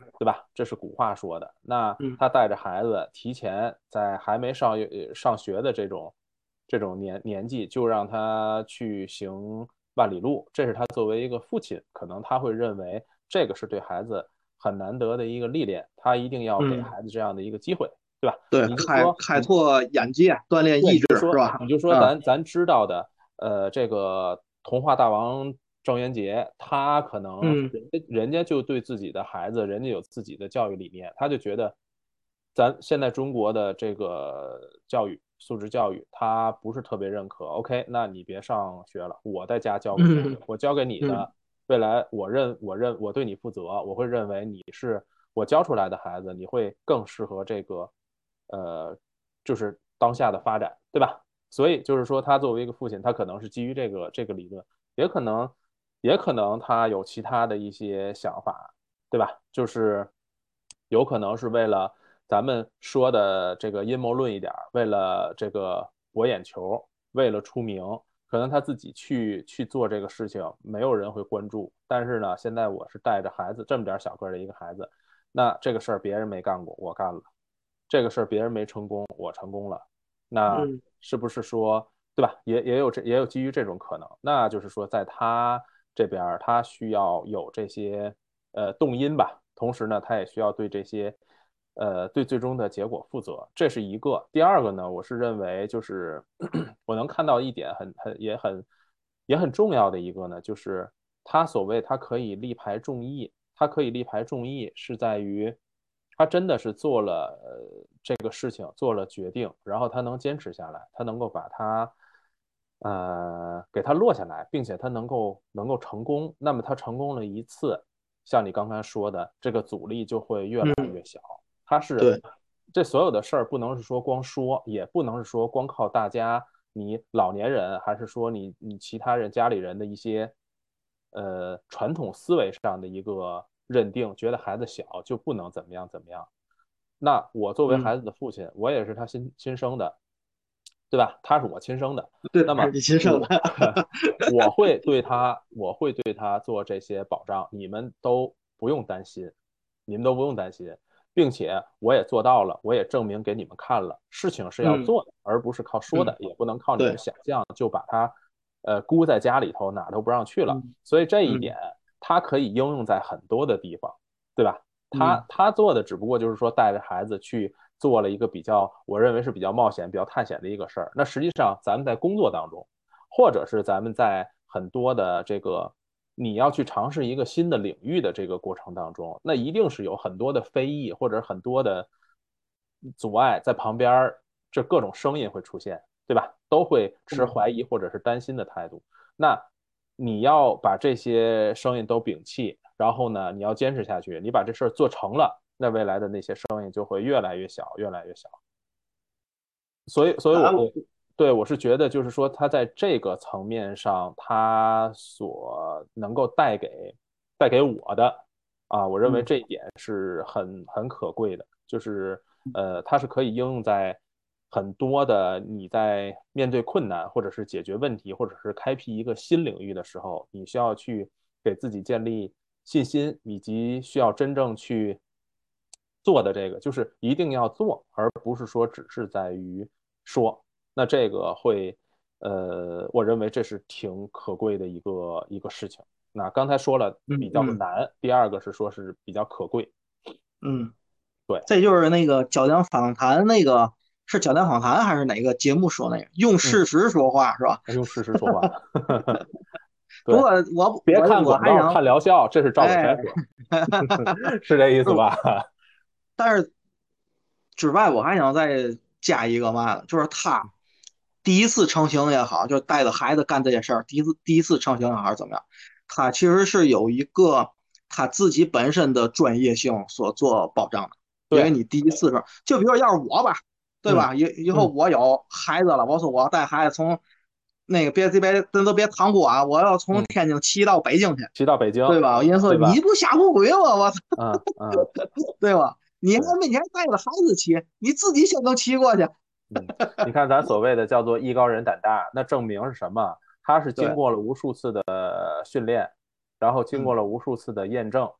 Speaker 2: 对吧？这是古话说的。那
Speaker 1: 嗯
Speaker 2: 他带着孩子提前在还没上呃上学的这种这种年年纪，就让他去行万里路，这是他作为一个父亲，可能他会认为这个是对孩子很难得的一个历练，他一定要给
Speaker 1: 嗯，
Speaker 2: 孩子这样的一个机会，对吧？
Speaker 1: 对，
Speaker 2: 你就
Speaker 1: 开
Speaker 2: 说你
Speaker 1: 开拓眼界，锻炼
Speaker 2: 对，
Speaker 1: 意志，
Speaker 2: 你就说
Speaker 1: 是吧？
Speaker 2: 你就说
Speaker 1: 啊，
Speaker 2: 咱咱知道的，呃，这个童话大王郑渊洁，他可能
Speaker 1: 嗯
Speaker 2: 人家人家就对自己的孩子，人家有自己的教育理念，他就觉得咱现在中国的这个教育素质教育，他不是特别认可。OK，那你别上学了，我在家教给你，
Speaker 1: 嗯
Speaker 2: 我教给你
Speaker 1: 嗯
Speaker 2: 的，未来我认我认我对你负责，我会认为你是我教出来的孩子，你会更适合这个呃，就是当下的发展，对吧？所以就是说，他作为一个父亲，他可能是基于这个这个理论，也可能也可能他有其他的一些想法，对吧？就是有可能是为了咱们说的这个阴谋论一点，为了这个博眼球，为了出名，可能他自己去去做这个事情，没有人会关注。但是呢，现在我是带着孩子这么点小个的一个孩子，那这个事儿别人没干过，我干了；这个事儿别人没成功，我成功了。那
Speaker 1: 嗯
Speaker 2: 是不是说，对吧？也也有这也有基于这种可能，那就是说，在他这边他需要有这些呃动因吧，同时呢，他也需要对这些呃对最终的结果负责，这是一个。第二个呢，我是认为就是我能看到一点很很也很也很重要的一个呢，就是他所谓他可以力排众议，他可以力排众议是在于。他真的是做了呃这个事情，做了决定，然后他能坚持下来，他能够把它呃给他落下来，并且他能够能够成功。那么他成功了一次，像你刚才说的，这个阻力就会越来
Speaker 1: 嗯，
Speaker 2: 越小。他是
Speaker 1: 对，
Speaker 2: 这所有的事儿，不能是说光说，也不能是说光靠大家，你老年人还是说你你其他人家里人的一些呃传统思维上的一个认定，觉得孩子小就不能怎么样怎么样。那我作为
Speaker 1: 嗯
Speaker 2: 孩子的父亲，我也是他亲亲生的，对吧？他是我亲生的，
Speaker 1: 对，
Speaker 2: 那么
Speaker 1: 是你亲生
Speaker 2: 我
Speaker 1: 的，
Speaker 2: 我会对他，我会对他做这些保障，你们都不用担心，你们都不用担心，并且我也做到了，我也证明给你们看了，事情是要
Speaker 1: 嗯
Speaker 2: 做的，而不是靠说的，
Speaker 1: 嗯，
Speaker 2: 也不能靠你们
Speaker 1: 对，
Speaker 2: 想象就把它呃箍在家里头，哪都不让去了。
Speaker 1: 嗯
Speaker 2: 所以这一
Speaker 1: 嗯
Speaker 2: 点，它可以应用在很多的地方，对吧？他
Speaker 1: 嗯
Speaker 2: 他做的只不过就是说带着孩子去做了一个比较，我认为是比较冒险、比较探险的一个事儿。那实际上咱们在工作当中，或者是咱们在很多的这个你要去尝试一个新的领域的这个过程当中，那一定是有很多的非议或者很多的阻碍在旁边，这各种声音会出现，对吧？都会持
Speaker 1: 嗯
Speaker 2: 怀疑或者是担心的态度。那你要把这些声音都摒弃，然后呢，你要坚持下去，你把这事儿做成了，那未来的那些声音就会越来越小，越来越小。所以，所以我
Speaker 1: 咱
Speaker 2: 我对我是觉得，就是说，他在这个层面上，他所能够带给带给我的啊，我认为
Speaker 1: 嗯
Speaker 2: 这一点是很很可贵的，就是呃，它是可以应用在很多的你在面对困难，或者是解决问题，或者是开辟一个新领域的时候，你需要去给自己建立信心，以及需要真正去做的这个，就是一定要做，而不是说只是在于说。那这个会，呃，我认为这是挺可贵的一个一个事情。那刚才说了比较
Speaker 1: 嗯嗯
Speaker 2: 难，第二个是说是比较可贵。
Speaker 1: 嗯，
Speaker 2: 对，
Speaker 1: 这就是那个焦点访谈，那个是焦点访谈还是哪个节目说那个用
Speaker 2: 嗯，
Speaker 1: 事实说话是吧？
Speaker 2: 用事实说话。对，
Speaker 1: 不过我
Speaker 2: 别
Speaker 1: 我
Speaker 2: 看广告，
Speaker 1: 我还想，
Speaker 2: 看疗效，这是赵本
Speaker 1: 哎，
Speaker 2: 山说，是这意思吧？
Speaker 1: 但是之外，我还想再加一个嘛，就是他第一次成型也好，就带着孩子干这些事儿，第一次第一次成型也好是怎么样，他其实是有一个他自己本身的专业性所做保障的，因为
Speaker 2: 对，
Speaker 1: 你第一次时候，就比如要是我吧，对
Speaker 2: 嗯
Speaker 1: 吧？以以后
Speaker 2: 嗯，
Speaker 1: 我有孩子了，我说我要带孩子从那个别别咱都别塘沽啊，我要从
Speaker 2: 嗯，
Speaker 1: 天津骑到北京去，
Speaker 2: 骑到北京，
Speaker 1: 对吧？人家说
Speaker 2: 对吧？
Speaker 1: 你不瞎胡鬼吗？我操，
Speaker 2: 嗯嗯，
Speaker 1: 对吧？你还
Speaker 2: 对。
Speaker 1: 没你还带着孩子骑，你自己先能骑过去。
Speaker 2: 嗯，你看咱所谓的叫做艺高人胆大，那证明是什么？他是经
Speaker 1: 对，
Speaker 2: 过了无数次的训练，然后经过
Speaker 1: 嗯
Speaker 2: 了无数次的验证，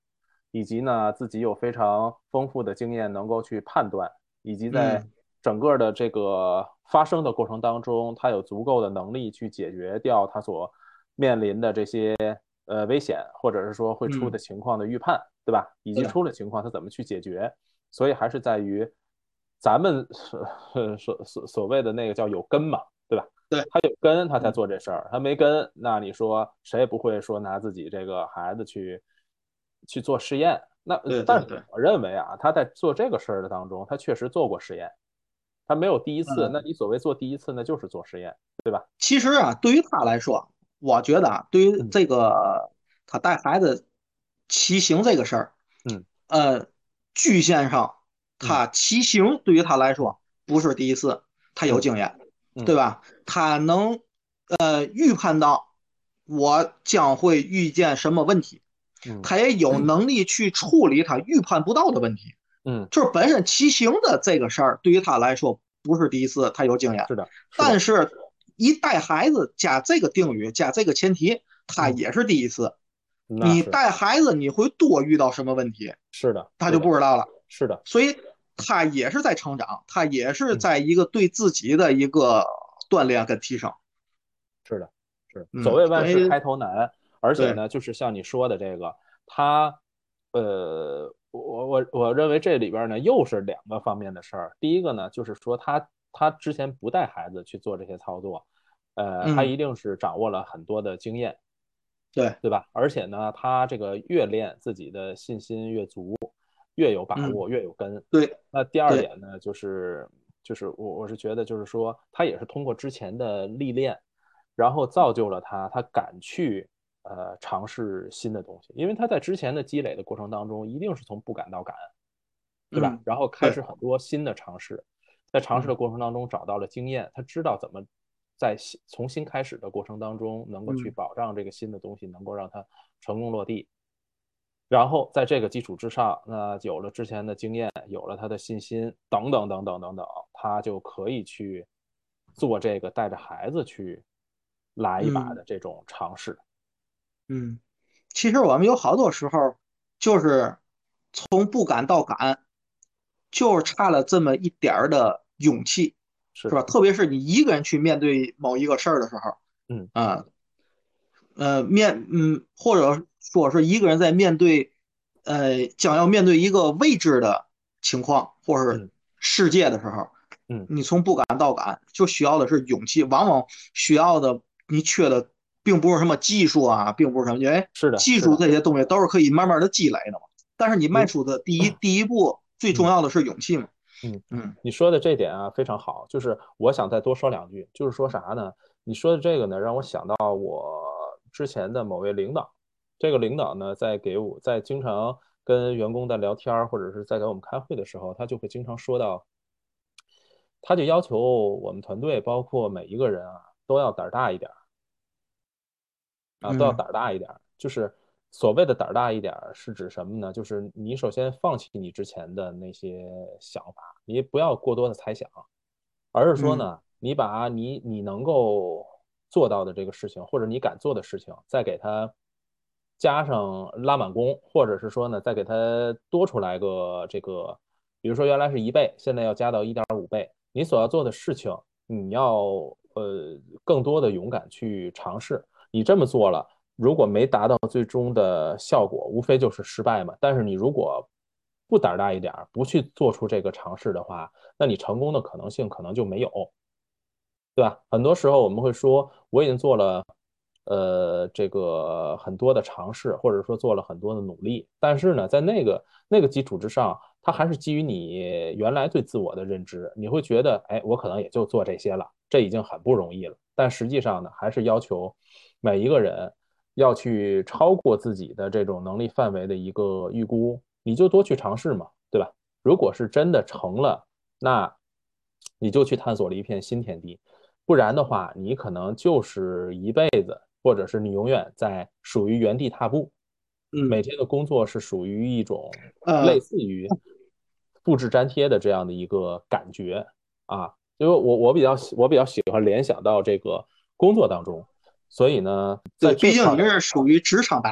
Speaker 2: 以及呢自己有非常丰富的经验能够去判断，以及在
Speaker 1: 嗯
Speaker 2: 整个的这个发生的过程当中，他有足够的能力去解决掉他所面临的这些呃危险，或者是说会出的
Speaker 1: 嗯，
Speaker 2: 情况的预判，对吧？以及
Speaker 1: 对，
Speaker 2: 出了情况他怎么去解决，所以还是在于咱们所所所所谓的那个叫有根嘛，对吧？
Speaker 1: 对，
Speaker 2: 他有根，他才
Speaker 1: 嗯，
Speaker 2: 做这事儿。他没根，那你说谁也不会说拿自己这个孩子去去做实验。那但是
Speaker 1: 对对对，
Speaker 2: 我认为啊，他在做这个事儿的当中，他确实做过实验。他没有第一次，那
Speaker 1: 嗯，
Speaker 2: 你所谓做第一次，那就是做实验。
Speaker 1: 其实啊，对于他来说，我觉得啊，对于
Speaker 2: 嗯
Speaker 1: 这个他带孩子骑行这个事儿，
Speaker 2: 嗯
Speaker 1: 呃，具线上
Speaker 2: 嗯
Speaker 1: 他骑行对于他来
Speaker 2: 嗯
Speaker 1: 说不是第一次，他有
Speaker 2: 嗯
Speaker 1: 经验，对
Speaker 2: 嗯
Speaker 1: 吧？他能呃预判到我将会遇见什么问题，
Speaker 2: 嗯
Speaker 1: 他也有能力去处理他预判不到的问题。
Speaker 2: 嗯，
Speaker 1: 就是本身骑行的这个事儿对于他来说不是第一次，他有经验，
Speaker 2: 是的，是的，
Speaker 1: 但是一带孩子加这个定语加这个前提，他
Speaker 2: 嗯，
Speaker 1: 也是第一次。你
Speaker 2: 那是
Speaker 1: 带孩子你会多遇到什么问题，
Speaker 2: 是的，
Speaker 1: 他
Speaker 2: 是的，
Speaker 1: 就不知道了。
Speaker 2: 是的，
Speaker 1: 所以他也是在成长，他也是
Speaker 2: 嗯。
Speaker 1: 在一个对自己的一个锻炼跟提升。
Speaker 2: 是的，是所
Speaker 1: 嗯，
Speaker 2: 谓万事
Speaker 1: 所以
Speaker 2: 开头难，而且
Speaker 1: 对，
Speaker 2: 呢，就是像你说的这个，他，呃，我我我认为这里边呢又是两个方面的事儿。第一个呢，就是说他他之前不带孩子去做这些操作，呃，他
Speaker 1: 嗯，
Speaker 2: 一定是掌握了很多的经验，
Speaker 1: 对，
Speaker 2: 对吧？而且呢，他这个越练自己的信心越足，越有把
Speaker 1: 嗯，
Speaker 2: 握，越有根。
Speaker 1: 对
Speaker 2: 那第二
Speaker 1: 对，
Speaker 2: 点呢，就是就是我我是觉得就是说，他也是通过之前的历练，然后造就了他，他敢去呃尝试新的东西，因为他在之前的积累的过程当中，一定是从不敢到敢，对吧？
Speaker 1: 嗯，
Speaker 2: 然后开
Speaker 1: 对，
Speaker 2: 始很多新的尝试，在尝试的
Speaker 1: 嗯
Speaker 2: 过程当中找到了经验，他知道怎么在新从新开始的过程当中，能够去
Speaker 1: 嗯
Speaker 2: 保障这个新的东西能够让它成功落地。然后在这个基础之上，那有了之前的经验，有了他的信心，等等等等等等，他就可以去做这个带着孩子去来一把
Speaker 1: 嗯
Speaker 2: 的这种尝试。
Speaker 1: 嗯。其实我们有好多时候就是从不敢到敢，就是差了这么一点儿的勇气，是吧？
Speaker 2: 是的，
Speaker 1: 特别是你一个人去面对某一个事儿的时候，
Speaker 2: 嗯
Speaker 1: 啊，呃，面，嗯，或者说是一个人在面对，呃，将要面对一个未知的情况或是
Speaker 2: 嗯
Speaker 1: 世界的时候，
Speaker 2: 嗯，
Speaker 1: 你从不敢到敢，就需要的是勇气。往往需要的，你缺的并不是什么技术啊，并不是什么，因为
Speaker 2: 是的，
Speaker 1: 技术
Speaker 2: 是的，
Speaker 1: 这些东西都是可以慢慢的积累的嘛。但是你迈
Speaker 2: 你
Speaker 1: 出的第一第一步，最重
Speaker 2: 嗯
Speaker 1: 要的是勇气嘛。
Speaker 2: 嗯，
Speaker 1: 嗯
Speaker 2: 你说的这点啊非常好，就是我想再多说两句，就是说啥呢？你说的这个呢，让我想到我之前的某位领导，这个领导呢，在给我在经常跟员工在聊天儿，或者是在给我们开会的时候，他就会经常说到，他就要求我们团队包括每一个人啊，都要胆儿大一点儿啊，都要
Speaker 1: 嗯
Speaker 2: 胆儿大一点儿。就是所谓的胆儿大一点儿，是指什么呢？就是你首先放弃你之前的那些想法，你不要过多的猜想。而是说
Speaker 1: 嗯
Speaker 2: 呢，你把你你能够做到的这个事情，或者你敢做的事情，再给它加上拉满弓，或者是说呢，再给它多出来个这个，比如说原来是一倍，现在要加到一点五倍，你所要做的事情，你要呃更多的勇敢去尝试。你这么做了，如果没达到最终的效果，无非就是失败嘛。但是你如果不胆大一点，不去做出这个尝试的话，那你成功的可能性可能就没有，对吧？很多时候我们会说，我已经做了，呃，这个很多的尝试，或者说做了很多的努力，但是呢，在那个那个基础之上，它还是基于你原来对自我的认知，你会觉得，哎，我可能也就做这些了，这已经很不容易了。但实际上呢，还是要求每一个人要去超过自己的这种能力范围的一个预估，你就多去尝试嘛，对吧？如果是真的成了，那你就去探索了一片新天地。不然的话，你可能就是一辈子，或者是你永远在属于原地踏步。每
Speaker 1: 嗯
Speaker 2: 天的工作是属于一种类
Speaker 1: 呃
Speaker 2: 似于复制粘贴的这样的一个感觉啊，因为我我比较我比较喜欢联想到这个工作当中，所以呢，在
Speaker 1: 对，毕竟你
Speaker 2: 这块儿的
Speaker 1: 是属于职场达人。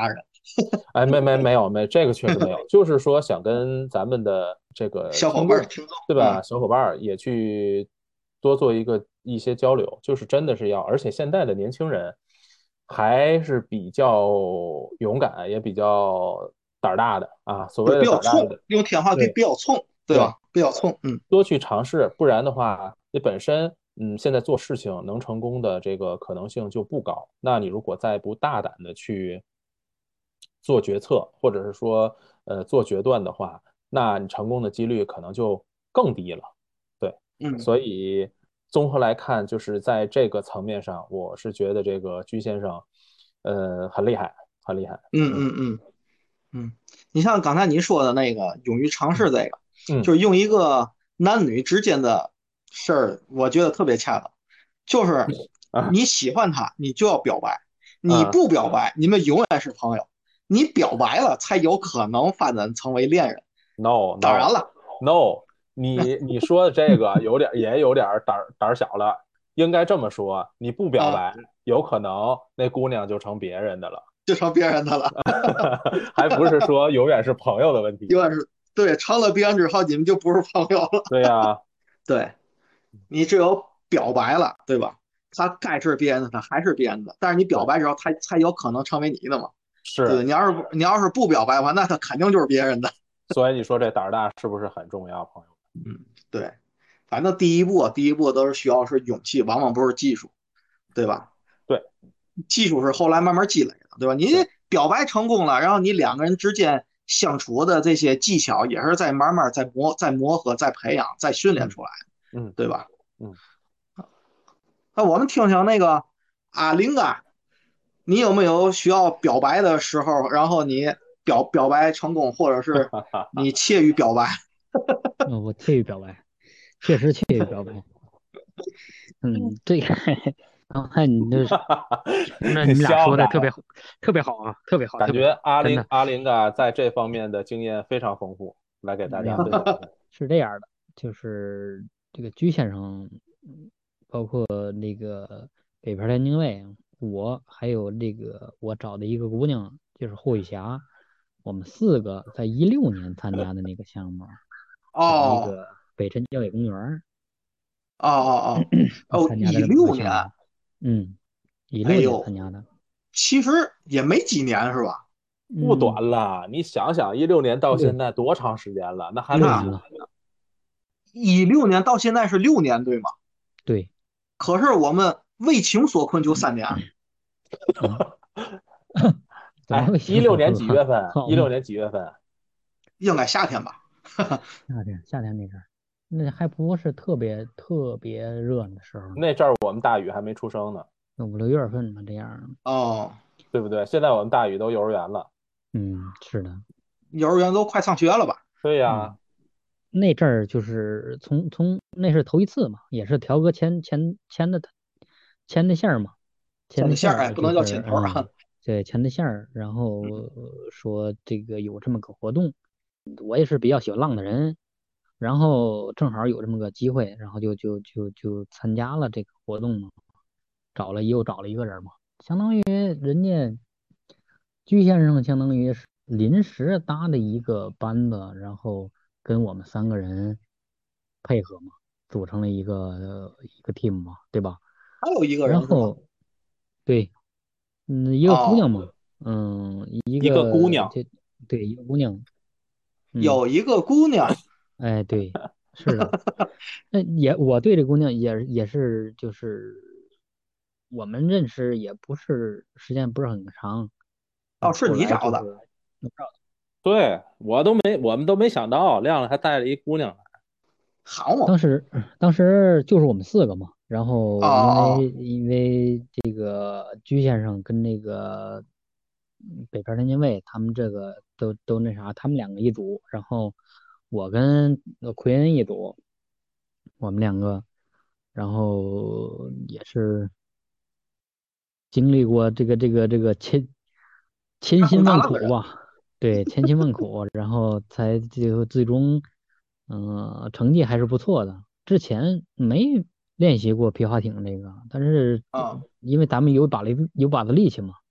Speaker 2: 哎，没没没有没，这个确实没有，就是说想跟咱们的这个
Speaker 1: 小伙
Speaker 2: 听众，
Speaker 1: 伴儿听众，
Speaker 2: 对吧？
Speaker 1: 嗯，
Speaker 2: 小伙伴儿也去多做一个一些交流，就是真的是要，而且现在的年轻人还是比较勇敢，也比较胆儿大的啊。所
Speaker 1: 对，
Speaker 2: 谓的
Speaker 1: 比较冲，
Speaker 2: 胆儿大的，
Speaker 1: 用天话比
Speaker 2: 对
Speaker 1: 比较冲，对
Speaker 2: 对，
Speaker 1: 吧？比较冲，嗯
Speaker 2: 多去尝试，不然的话，你本身嗯现在做事情能成功的这个可能性就不高。那你如果再不大胆的去做决策，或者是说呃做决断的话，那你成功的几率可能就更低了。对，
Speaker 1: 嗯
Speaker 2: 所以综合来看，就是在这个层面上，我是觉得这个居先生呃很厉害，很厉害。
Speaker 1: 嗯
Speaker 2: 嗯
Speaker 1: 嗯嗯嗯，你像刚才你说的那个勇于尝试
Speaker 2: 嗯
Speaker 1: 这个，
Speaker 2: 嗯
Speaker 1: 就是用一个男女之间的事儿，我觉得特别恰当，就是
Speaker 2: 啊
Speaker 1: 你喜欢他，你就要表白，你
Speaker 2: 嗯
Speaker 1: 不表白，你们永远是朋友，你表白了才有可能发展成为恋人。
Speaker 2: ，no
Speaker 1: 当然
Speaker 2: no
Speaker 1: 了，
Speaker 2: no，你你说的这个有点也有点胆儿胆儿小了，应该这么说，你不表
Speaker 1: 啊，
Speaker 2: 白，有可能那姑娘就成别人的了，
Speaker 1: 就成别人的了，
Speaker 2: 还不是说永远是朋友的问题。
Speaker 1: 永远是对，成了别人之后，你们就不是朋友了。
Speaker 2: 对呀，
Speaker 1: 对，你只有表白了，对吧？他该是别人的，他还是别人的。但是你表
Speaker 2: 对，
Speaker 1: 白之后，他才有可能成为你的嘛，对
Speaker 2: 是，
Speaker 1: 不对？你要是不你要是不表白的话，那他肯定就是别人的。
Speaker 2: 所以你说这胆儿大是不是很重要，朋友？
Speaker 1: 嗯，对，反正第一步，第一步都是需要是勇气，往往不是技术，对吧？
Speaker 2: 对
Speaker 1: 技术是后来慢慢积累的，对吧？你
Speaker 2: 对，
Speaker 1: 表白成功了，然后你两个人之间相处的这些技巧，也是在慢慢在磨、在磨合、在培养、在训练
Speaker 2: 嗯
Speaker 1: 出来的，
Speaker 2: 嗯
Speaker 1: 对吧？
Speaker 2: 嗯。
Speaker 1: 那我们听听那个阿玲啊，你有没有需要表白的时候，然后你表表白成功，或者是
Speaker 2: 哈哈哈，
Speaker 1: 你怯于表白？
Speaker 3: 嗯，我怯于表白，确实怯于表白。嗯，这个刚才你这是，那你们俩
Speaker 2: 笑啥呀？
Speaker 3: 说的特别好，特别好啊，特别好，
Speaker 2: 感觉
Speaker 3: 特别好，真的
Speaker 2: 阿林阿林啊，在这方面的经验非常丰富，来给大
Speaker 3: 没有，
Speaker 2: 家分享一下。
Speaker 3: 是这样的，就是这个居先生，嗯包括那个北边天津卫，我还有这个我找的一个姑娘，就是霍雨霞，我们四个在一六年参加的那个项目，在那
Speaker 1: 哦
Speaker 3: 个北辰郊野公园儿
Speaker 1: 哦哦哦哦，一
Speaker 3: 参加的这么个
Speaker 1: 六年，
Speaker 3: 项目，嗯，一六年
Speaker 1: 哎呦，
Speaker 3: 参加的，
Speaker 1: 其实也没几年是吧？
Speaker 2: 不
Speaker 3: 嗯，
Speaker 2: 短了，你想想，一六年到
Speaker 3: 六
Speaker 2: 现在多长时间了？那还没几年
Speaker 1: 那
Speaker 3: 六年了，
Speaker 2: 呢。
Speaker 1: 一六年到现在是六年，对吗？
Speaker 3: 对，
Speaker 1: 可是我们为情所困就三年，
Speaker 3: 嗯，怎么
Speaker 2: 哎，
Speaker 3: 会
Speaker 2: 一六年
Speaker 3: 心所困了？
Speaker 2: 几月份？
Speaker 3: 好嘛，
Speaker 2: 一六年几月份？
Speaker 1: 应该夏天吧？
Speaker 3: 夏天夏天那阵儿，那还不是特别特别热的时候，
Speaker 2: 那阵儿我们大宇还没出生呢，
Speaker 3: 那五六月份嘛，这样儿
Speaker 1: 哦，
Speaker 2: 对不对？现在我们大宇都幼儿园了。
Speaker 3: 嗯，是的，
Speaker 1: 幼儿园都快上学了吧？
Speaker 2: 对呀，
Speaker 3: 嗯，那阵儿就是从从那是头一次嘛，也是条哥牵牵牵的牵的线儿嘛，牵的
Speaker 1: 牵的线儿，哎，
Speaker 3: 线儿就
Speaker 1: 不能叫
Speaker 3: 是嗯，
Speaker 1: 牵头啊。
Speaker 3: 对，牵的线儿，然后
Speaker 1: 嗯
Speaker 3: 呃说这个有这么个活动，我也是比较喜欢浪的人，然后正好有这么个机会，然后就就就就参加了这个活动嘛，找了又找了一个人嘛，相当于人家居先生相当于是临时搭的一个班子，然后跟我们三个人配合嘛，组成了一个呃一个 team 嘛，对吧？
Speaker 1: 还有一个人是吗？
Speaker 3: 然后对，嗯，一个姑
Speaker 1: 哦，
Speaker 3: 娘嘛，嗯，一
Speaker 2: 一个姑
Speaker 3: 个
Speaker 2: 娘，
Speaker 3: 就对一个姑娘，嗯，
Speaker 1: 有一个姑娘，
Speaker 3: 哎，对，是的，那也我对这姑娘也也是就是我们认识也不是时间不是很长，
Speaker 1: 哦，
Speaker 3: 啊，
Speaker 1: 是
Speaker 3: 后
Speaker 1: 你找的，
Speaker 3: 来就是
Speaker 2: 对，我都没，我们都没想到，亮亮还带了一姑娘来。
Speaker 1: 好嘛？
Speaker 3: 当时当时就是我们四个嘛，然
Speaker 1: 哦
Speaker 3: 后因为
Speaker 1: 哦，
Speaker 3: 因为这个居先生跟那个嗯北边天津卫他们这个都都那啥，他们两个一组，然后我跟呃奎恩一组，我们两个，然后也是经历过这个这个这个千千
Speaker 1: 大风
Speaker 3: 辛万
Speaker 1: 大浪的人，
Speaker 3: 苦吧，对，千辛万苦，然后才最后最终，嗯、成绩还是不错的。之前没练习过皮划艇这个，但是
Speaker 1: 啊，
Speaker 3: 因为咱们有把力有把子力气嘛，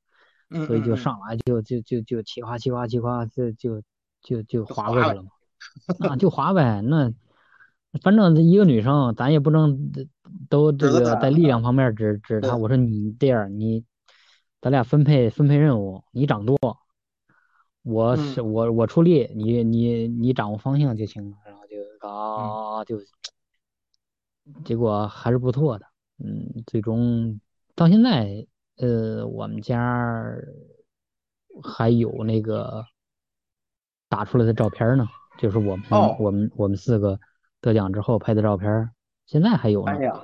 Speaker 3: 所以就
Speaker 1: 嗯嗯嗯，
Speaker 3: 上来就就就就气夸气夸气夸，就就就就
Speaker 1: 就滑了。
Speaker 3: 划过去了嘛。啊，就划呗。那反正一个女生，咱也不能都这
Speaker 1: 知道
Speaker 3: 个在力量
Speaker 1: 的，
Speaker 3: 方面指指她。
Speaker 1: 对，
Speaker 3: 我说你这样，你咱俩分配分配任务，你掌舵，我是
Speaker 1: 嗯
Speaker 3: 我我出力，你你你掌握方向就行了。然后就
Speaker 1: 嗯，
Speaker 3: 啊就结果还是不错的。嗯，最终到现在，呃，我们家儿还有那个打出来的照片呢，就是我们
Speaker 1: 哦，
Speaker 3: 我们我们四个得奖之后拍的照片，现在还有呢，
Speaker 1: 哎呀，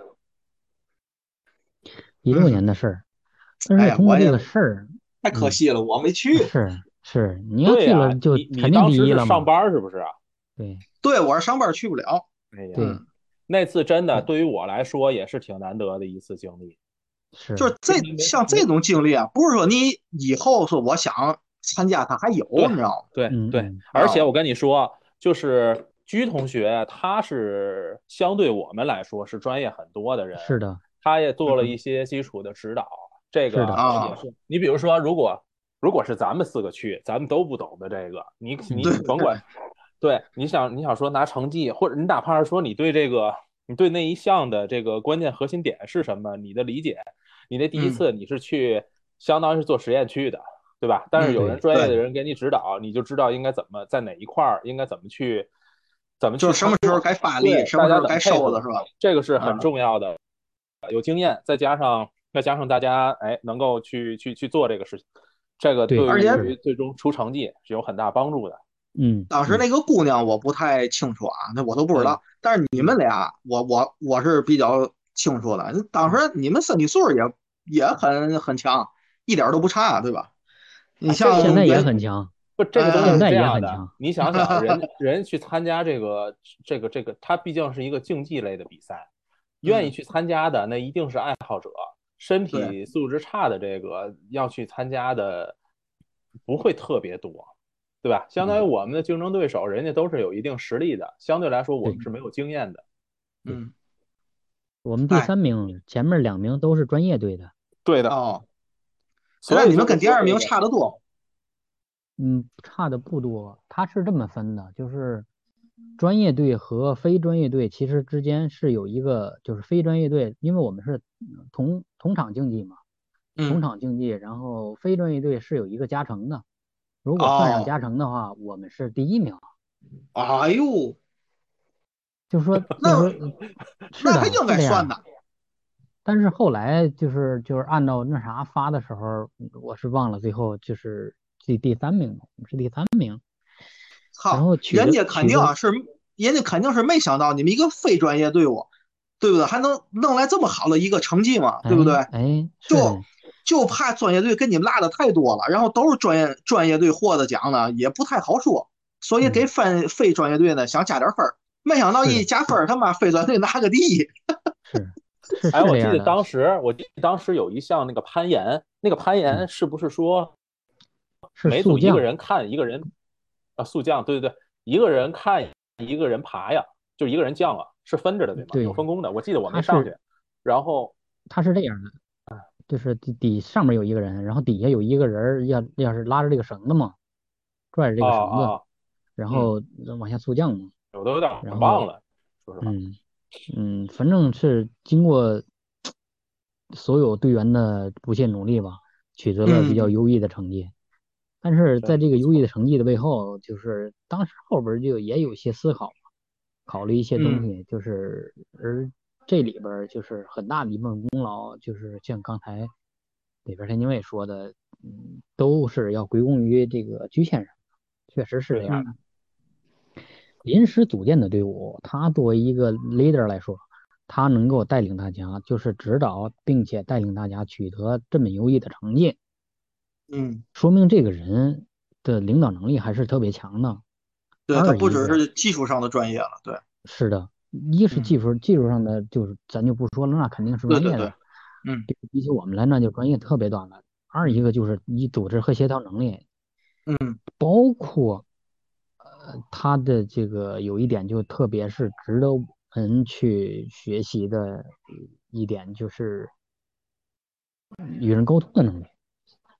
Speaker 3: 一六
Speaker 1: 嗯哼，
Speaker 3: 年的事儿。但
Speaker 1: 哎呀，我也
Speaker 3: 是通过这个事儿，
Speaker 1: 太可
Speaker 3: 嗯，
Speaker 1: 惜了，我没去。
Speaker 3: 是是，你要
Speaker 2: 对呀，
Speaker 3: 去了就
Speaker 2: 你你
Speaker 3: 肯定
Speaker 2: 当时是上
Speaker 3: 第一了嘛。
Speaker 2: 班是不是啊？
Speaker 3: 对
Speaker 1: 对，我是上班去不了。
Speaker 2: 哎呀，
Speaker 3: 对
Speaker 1: 嗯，
Speaker 2: 那次真的对于我来说也是挺难得的一次经历。
Speaker 3: 是，
Speaker 1: 就是这
Speaker 2: 没没
Speaker 1: 像这种经历啊，不是说你以后说我想参加，他还有，
Speaker 2: 对
Speaker 1: 你知道吗？
Speaker 2: 对对，
Speaker 3: 嗯嗯
Speaker 2: 而且
Speaker 1: 啊，
Speaker 2: 我跟你说，就是居同学，他是相对我们来说是专业很多的人，
Speaker 3: 是的
Speaker 2: 他也做了
Speaker 1: 嗯
Speaker 2: 一些基础的指导，这
Speaker 3: 是的，
Speaker 2: 个也
Speaker 1: 啊，
Speaker 2: 是。你比如说，如果如果是咱们四个去，咱们都不懂的这个，你你
Speaker 3: 嗯
Speaker 1: 对对，
Speaker 2: 甭管，对，你想你想说拿成绩，或者你哪怕是说你对这个你对那一项的这个关键核心点是什么，你的理解，你那第一
Speaker 1: 嗯
Speaker 2: 次你是去相当于是做实验去的。对吧？但是
Speaker 1: 嗯，
Speaker 2: 有人
Speaker 3: 对
Speaker 2: 专业的
Speaker 1: 对，
Speaker 2: 人给你指导，你就知道应该怎么在哪一块儿应该怎么去怎么
Speaker 1: 就是什么时候
Speaker 2: 去操作，
Speaker 1: 该发力，
Speaker 2: 对，大家怎么
Speaker 1: 什么时候该
Speaker 2: 配合，
Speaker 1: 收的是吧？
Speaker 2: 这个是很
Speaker 1: 啊，
Speaker 2: 重要的。有经验，再加上再加上大家哎能够去去去做这个事情，这个
Speaker 3: 对，
Speaker 2: 对
Speaker 1: 而且
Speaker 3: 是的，
Speaker 2: 于最终出成绩是有很大帮助的。
Speaker 3: 嗯嗯
Speaker 1: 当时那个姑娘我不太清楚啊，那我都不知
Speaker 2: 嗯
Speaker 1: 道。但是你们
Speaker 2: 嗯
Speaker 1: 俩，我我我是比较清楚的。当
Speaker 2: 嗯，
Speaker 1: 时你们身体素质也也很很强，一点都不差，对吧？你
Speaker 2: 哎，这个
Speaker 3: 现在也
Speaker 1: 像原，
Speaker 3: 很强，
Speaker 2: 不，这个东西是
Speaker 1: 呃，
Speaker 3: 现在
Speaker 2: 这样的，
Speaker 3: 也很强。
Speaker 2: 你想想，人人去参加这个这个这个，它毕竟是一个竞技类的比赛，愿意
Speaker 1: 嗯，
Speaker 2: 去参加的那一定是爱好者，身
Speaker 1: 对，
Speaker 2: 体素质差的这个要去参加的不会特别多，对吧？相当于
Speaker 3: 嗯，
Speaker 2: 我们的竞争对手，人家都是有一定实力的，相对来说我
Speaker 3: 对
Speaker 2: 们是没有经验的。
Speaker 3: 对，
Speaker 1: 嗯，
Speaker 3: 我们第
Speaker 1: 哎，
Speaker 3: 三名，前面两名都是专业队的。
Speaker 2: 对的，
Speaker 1: 哦，那
Speaker 2: 所以就是
Speaker 1: 你们跟第二名
Speaker 2: 说这个，
Speaker 1: 差得多。
Speaker 3: 嗯，差的不多。它是这么分的，就是专业队和非专业队其实之间是有一个，就是非专业队，因为我们是嗯同同场竞技嘛，同
Speaker 1: 嗯，
Speaker 3: 场竞技，然后非专业队是有一个加成的。如果算上
Speaker 1: 哦，
Speaker 3: 加成的话，我们是第一名。
Speaker 1: 哎呦，
Speaker 3: 就是说，就是说，
Speaker 1: 那
Speaker 3: 呃是的，
Speaker 1: 那还应
Speaker 3: 是这样。
Speaker 1: 该算的。
Speaker 3: 但是后来就是就是按照那啥发的时候，我是忘了最后就是第第三名了，我们是第三名。然
Speaker 1: 操，
Speaker 3: 后取的
Speaker 1: 人家肯
Speaker 3: 取的，
Speaker 1: 定啊是，人家肯定是没想到你们一个非专业队伍，对不对？还能弄来这么好的一个成绩嘛，对不对？
Speaker 3: 哎哎，是
Speaker 1: 就
Speaker 3: 的，
Speaker 1: 就怕专业队跟你们拉的太多了，然后都是专业专业队获的奖呢，也不太好说。所以给
Speaker 3: 嗯，
Speaker 1: 分非专业队呢想加点分儿，没想到
Speaker 3: 是的，
Speaker 1: 一加分儿，他妈非专业队拿个第一。
Speaker 3: 是是
Speaker 2: 哎，我记得
Speaker 3: 是这样的，
Speaker 2: 当时我记得当时有一项那个攀岩，那个攀
Speaker 3: 嗯，
Speaker 2: 岩是不是说
Speaker 3: 是
Speaker 2: 每组一个
Speaker 3: 速降，
Speaker 2: 人看一个人啊，速降，对对对，一个人看一个人爬呀，就一个人降啊，是分着的，对吗？有分
Speaker 3: 对，
Speaker 2: 工的，我记得我没
Speaker 3: 他是
Speaker 2: 上去。然后
Speaker 3: 他是这样的，就是底底上面有一个人，然后底下有一个人儿要要是拉着这个绳子嘛，拽着这
Speaker 2: 啊
Speaker 3: 个绳子，
Speaker 2: 啊，嗯，
Speaker 3: 然后往下速降嘛，
Speaker 2: 我都有点
Speaker 3: 然后
Speaker 2: 忘了，说实话。
Speaker 3: 嗯嗯，反正是经过所有队员的不懈努力吧，取得了比较
Speaker 1: 嗯
Speaker 3: 优异的成绩。但是
Speaker 2: 真
Speaker 3: 在这个优异的
Speaker 2: 不错。
Speaker 3: 成绩的背后，就是当时后边就也有一些思考，考虑一些东
Speaker 1: 嗯
Speaker 3: 西，就是而这里边就是很大的一部分功劳，就是像刚才里边田经纬说的，嗯，都是要归功于这个居先生，确实是
Speaker 2: 对的，
Speaker 3: 这样的。
Speaker 1: 嗯
Speaker 3: 临时组建的队伍，他作为一个 leader 来说，他能够带领大家，就是指导并且带领大家取得这么优异的成绩，
Speaker 1: 嗯，
Speaker 3: 说明这个人的领导能力还是特别强的。
Speaker 1: 对他不只
Speaker 3: 二一个
Speaker 1: 是技术上的专业了，对，
Speaker 3: 是的，一是
Speaker 1: 嗯，
Speaker 3: 技术技术上的，就是咱就不说了，那肯定是
Speaker 1: 对对对，
Speaker 3: 专业的，
Speaker 1: 嗯
Speaker 3: 比比起我们来那就专业特别短了。二一
Speaker 1: 嗯
Speaker 3: 个就是以组织和协调能力，
Speaker 1: 嗯
Speaker 3: 包括呃他的这个有一点就特别是值得我们去学习的一点，就是与人沟通的能力。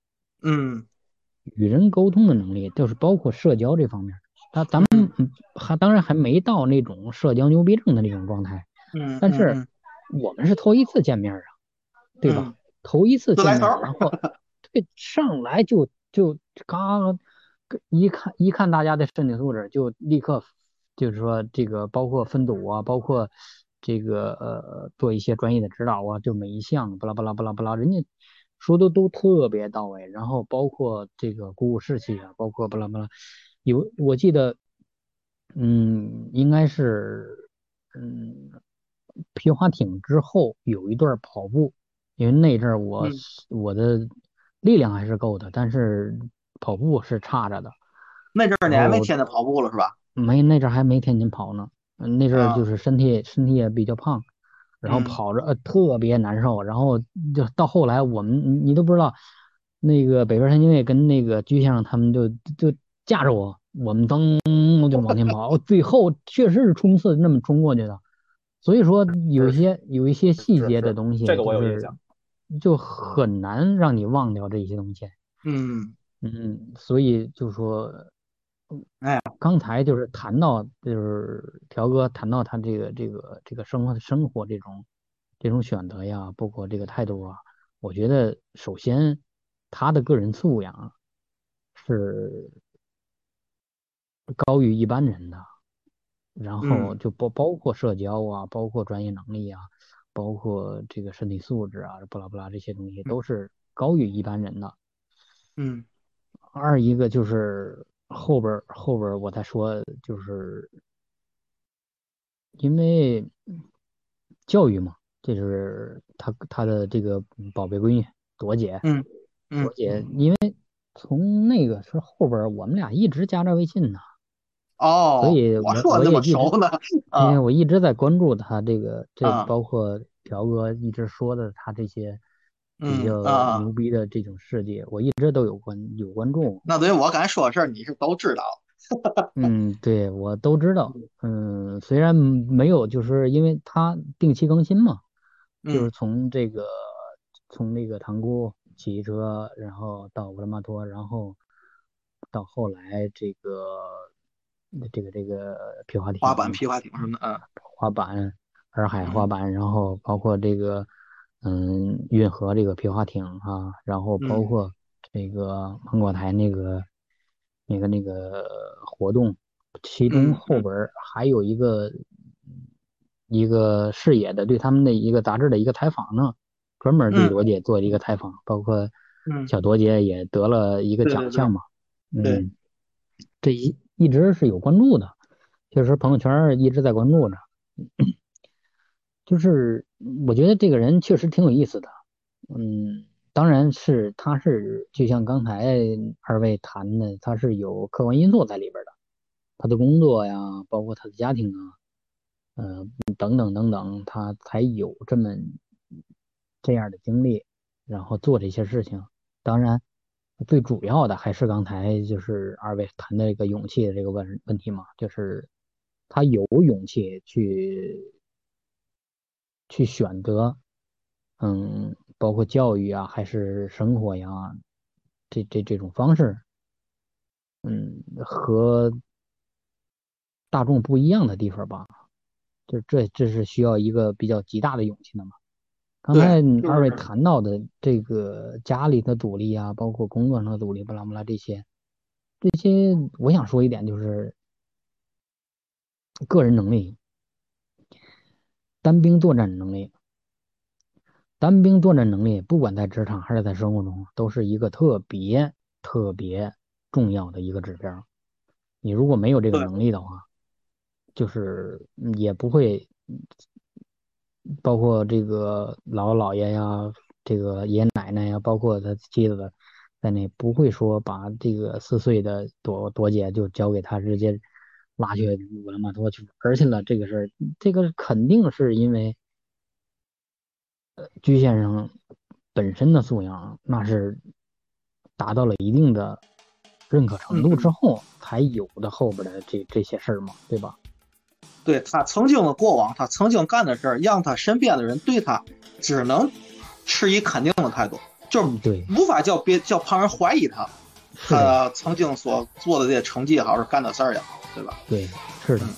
Speaker 1: 嗯
Speaker 3: 与人沟通的能力，就是包括社交这方面。他咱们
Speaker 1: 嗯
Speaker 3: 还当然还没到那种社交牛逼症的那种状态，
Speaker 1: 嗯
Speaker 3: 但是
Speaker 1: 嗯
Speaker 3: 我们是头一次见面啊，对吧？
Speaker 1: 嗯，
Speaker 3: 头一次见面，
Speaker 1: 自来头。
Speaker 3: 然后对上来就就刚一看一看大家的身体素质，就立刻就是说这个包括分组啊，包括这个呃做一些专业的指导啊，就每一项巴拉巴拉巴拉巴拉，人家说的都特别到位，然后包括这个鼓舞士气啊，包括巴拉巴拉，有我记得，嗯，应该是嗯皮划艇之后有一段跑步。因为那阵儿我
Speaker 1: 嗯，
Speaker 3: 我的力量还是够的，但是跑步是差着的。
Speaker 1: 那阵儿你还没
Speaker 3: 然后
Speaker 1: 天天跑步了是吧？
Speaker 3: 没那阵儿还没天天跑呢，嗯那阵儿就
Speaker 1: 啊，
Speaker 3: 是身体身体也比较胖，然后
Speaker 1: 嗯
Speaker 3: 跑着呃特别难受，然后就到后来我们你你都不知道，那个北边三军卫跟那个居先生他们就就架着我，我们噔我就往前跑，最后确实是冲刺那么冲过去的。所以说有
Speaker 2: 是是
Speaker 3: 一些有一些细节的
Speaker 2: 是是，
Speaker 3: 东西，
Speaker 2: 这个我
Speaker 3: 就是
Speaker 2: 有印象。
Speaker 3: 就很难让你忘掉这些东西。
Speaker 1: 嗯，
Speaker 3: 嗯，所以就说，
Speaker 1: 哎，
Speaker 3: 刚才就是谈到，就是条哥谈到他这个这个这个生活生活这种这种选择呀，包括这个态度啊，我觉得首先他的个人素养是高于一般人的。然后
Speaker 1: 嗯
Speaker 3: 就包包括社交啊，包括专业能力啊，包括这个身体素质啊，不拉不拉这些东西
Speaker 1: 嗯
Speaker 3: 都是高于一般人的。
Speaker 1: 嗯
Speaker 3: 二一个就是后边后边我再说，就是因为教育嘛，这是他他的这个宝贝闺女朵姐，
Speaker 1: 嗯嗯，
Speaker 3: 朵姐，因为从那个是后边我们俩一直加着微信呢，所
Speaker 1: 哦，
Speaker 3: 以我
Speaker 1: 我说那么
Speaker 3: 我也一直
Speaker 1: 熟呢。
Speaker 3: 因为
Speaker 1: 啊
Speaker 3: 我一直在关注他这个，这
Speaker 1: 啊
Speaker 3: 包括朴哥一直说的他这些比
Speaker 1: 嗯啊
Speaker 3: 较
Speaker 1: 啊，
Speaker 3: 牛逼的这种事迹，我一直都有关有关注。
Speaker 1: 那等于我刚才说的事儿你是都知道。
Speaker 3: 嗯，对，我都知道。嗯，虽然没有，就是因为他定期更新嘛，就是
Speaker 1: 嗯
Speaker 3: 从这个从那个塘沽骑车，然后到乌兰巴托，然后到后来这个这个这个皮划艇、
Speaker 1: 滑板、皮划艇什么的。嗯
Speaker 3: 滑板、洱海滑
Speaker 1: 嗯
Speaker 3: 板，然后包括这个嗯运河这个皮划艇啊，然后包
Speaker 1: 嗯
Speaker 3: 括这个芒果台那个那个那个活动，其中
Speaker 1: 嗯嗯
Speaker 3: 后边儿还有一个一个视野的对他们的一个杂志的一个采访呢，专门对
Speaker 1: 嗯
Speaker 3: 罗姐做一个采访，包括
Speaker 1: 嗯，
Speaker 3: 小多姐也得了一个
Speaker 1: 对对对
Speaker 3: 奖项嘛，
Speaker 1: 对，
Speaker 3: 嗯，这一一直是有关注的，确实朋友圈儿一直在关注着。就是我觉得这个人确实挺有意思的，嗯，当然是他是就像刚才二位谈的，他是有客观因素在里边的，他的工作呀，包括他的家庭啊，呃，等等等等，他才有这么这样的经历，然后做这些事情。当然，最主要的还是刚才就是二位谈的这个勇气的这个问问题嘛，就是他有勇气去去选择，嗯，包括教育啊，还是生活呀，这这这种方式，嗯，和大众不一样的地方吧，就这这是需要一个比较极大的勇气的嘛。刚才
Speaker 1: 对，就是
Speaker 3: 二位谈到的这个家里的阻力啊，包括工作上的阻力，巴拉巴拉这些，这些我想说一点就是个人能力，单兵作战能力。单兵作战能力，不管在职场还是在生活中，都是一个特别特别重要的一个指标。你如果没有这个
Speaker 1: 对，
Speaker 3: 能力的话，就是也不会，包括这个姥姥姥爷呀，这个爷爷奶奶呀，包括他妻子在内，不会说把这个四岁的朵朵姐就交给他，直接拉去乌兰巴托去玩去了。这个事儿，这个肯定是因为居先生本身的素养，那是达到了一定的认可程度之
Speaker 1: 嗯，
Speaker 3: 后，才有的后边的这这些事儿嘛，对吧？
Speaker 1: 对他曾经的过往，他曾经干的事儿，让他身边的人对他只能持以肯定的态度。 就是
Speaker 3: 对，
Speaker 1: 无法叫别叫旁人怀疑他，他曾经所做的这些成绩也好，是干的事儿也好，对吧？
Speaker 3: 对，是的。
Speaker 1: 嗯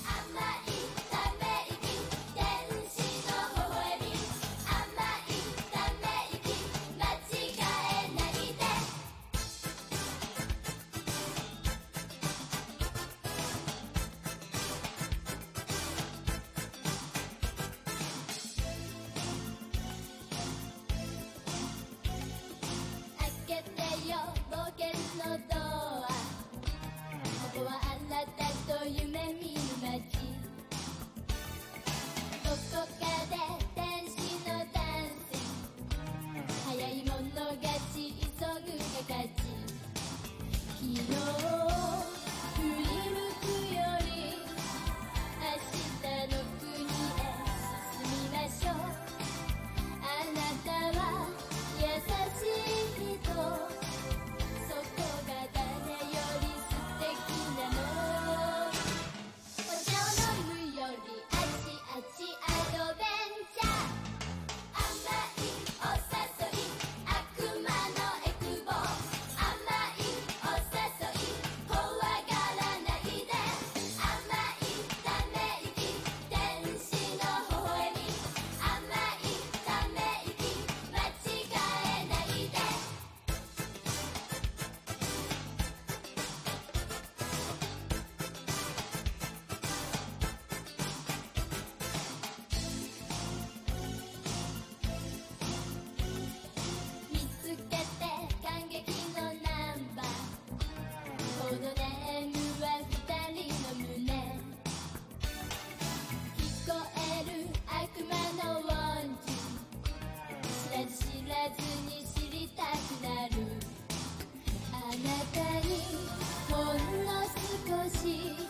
Speaker 4: あなたにほんの少し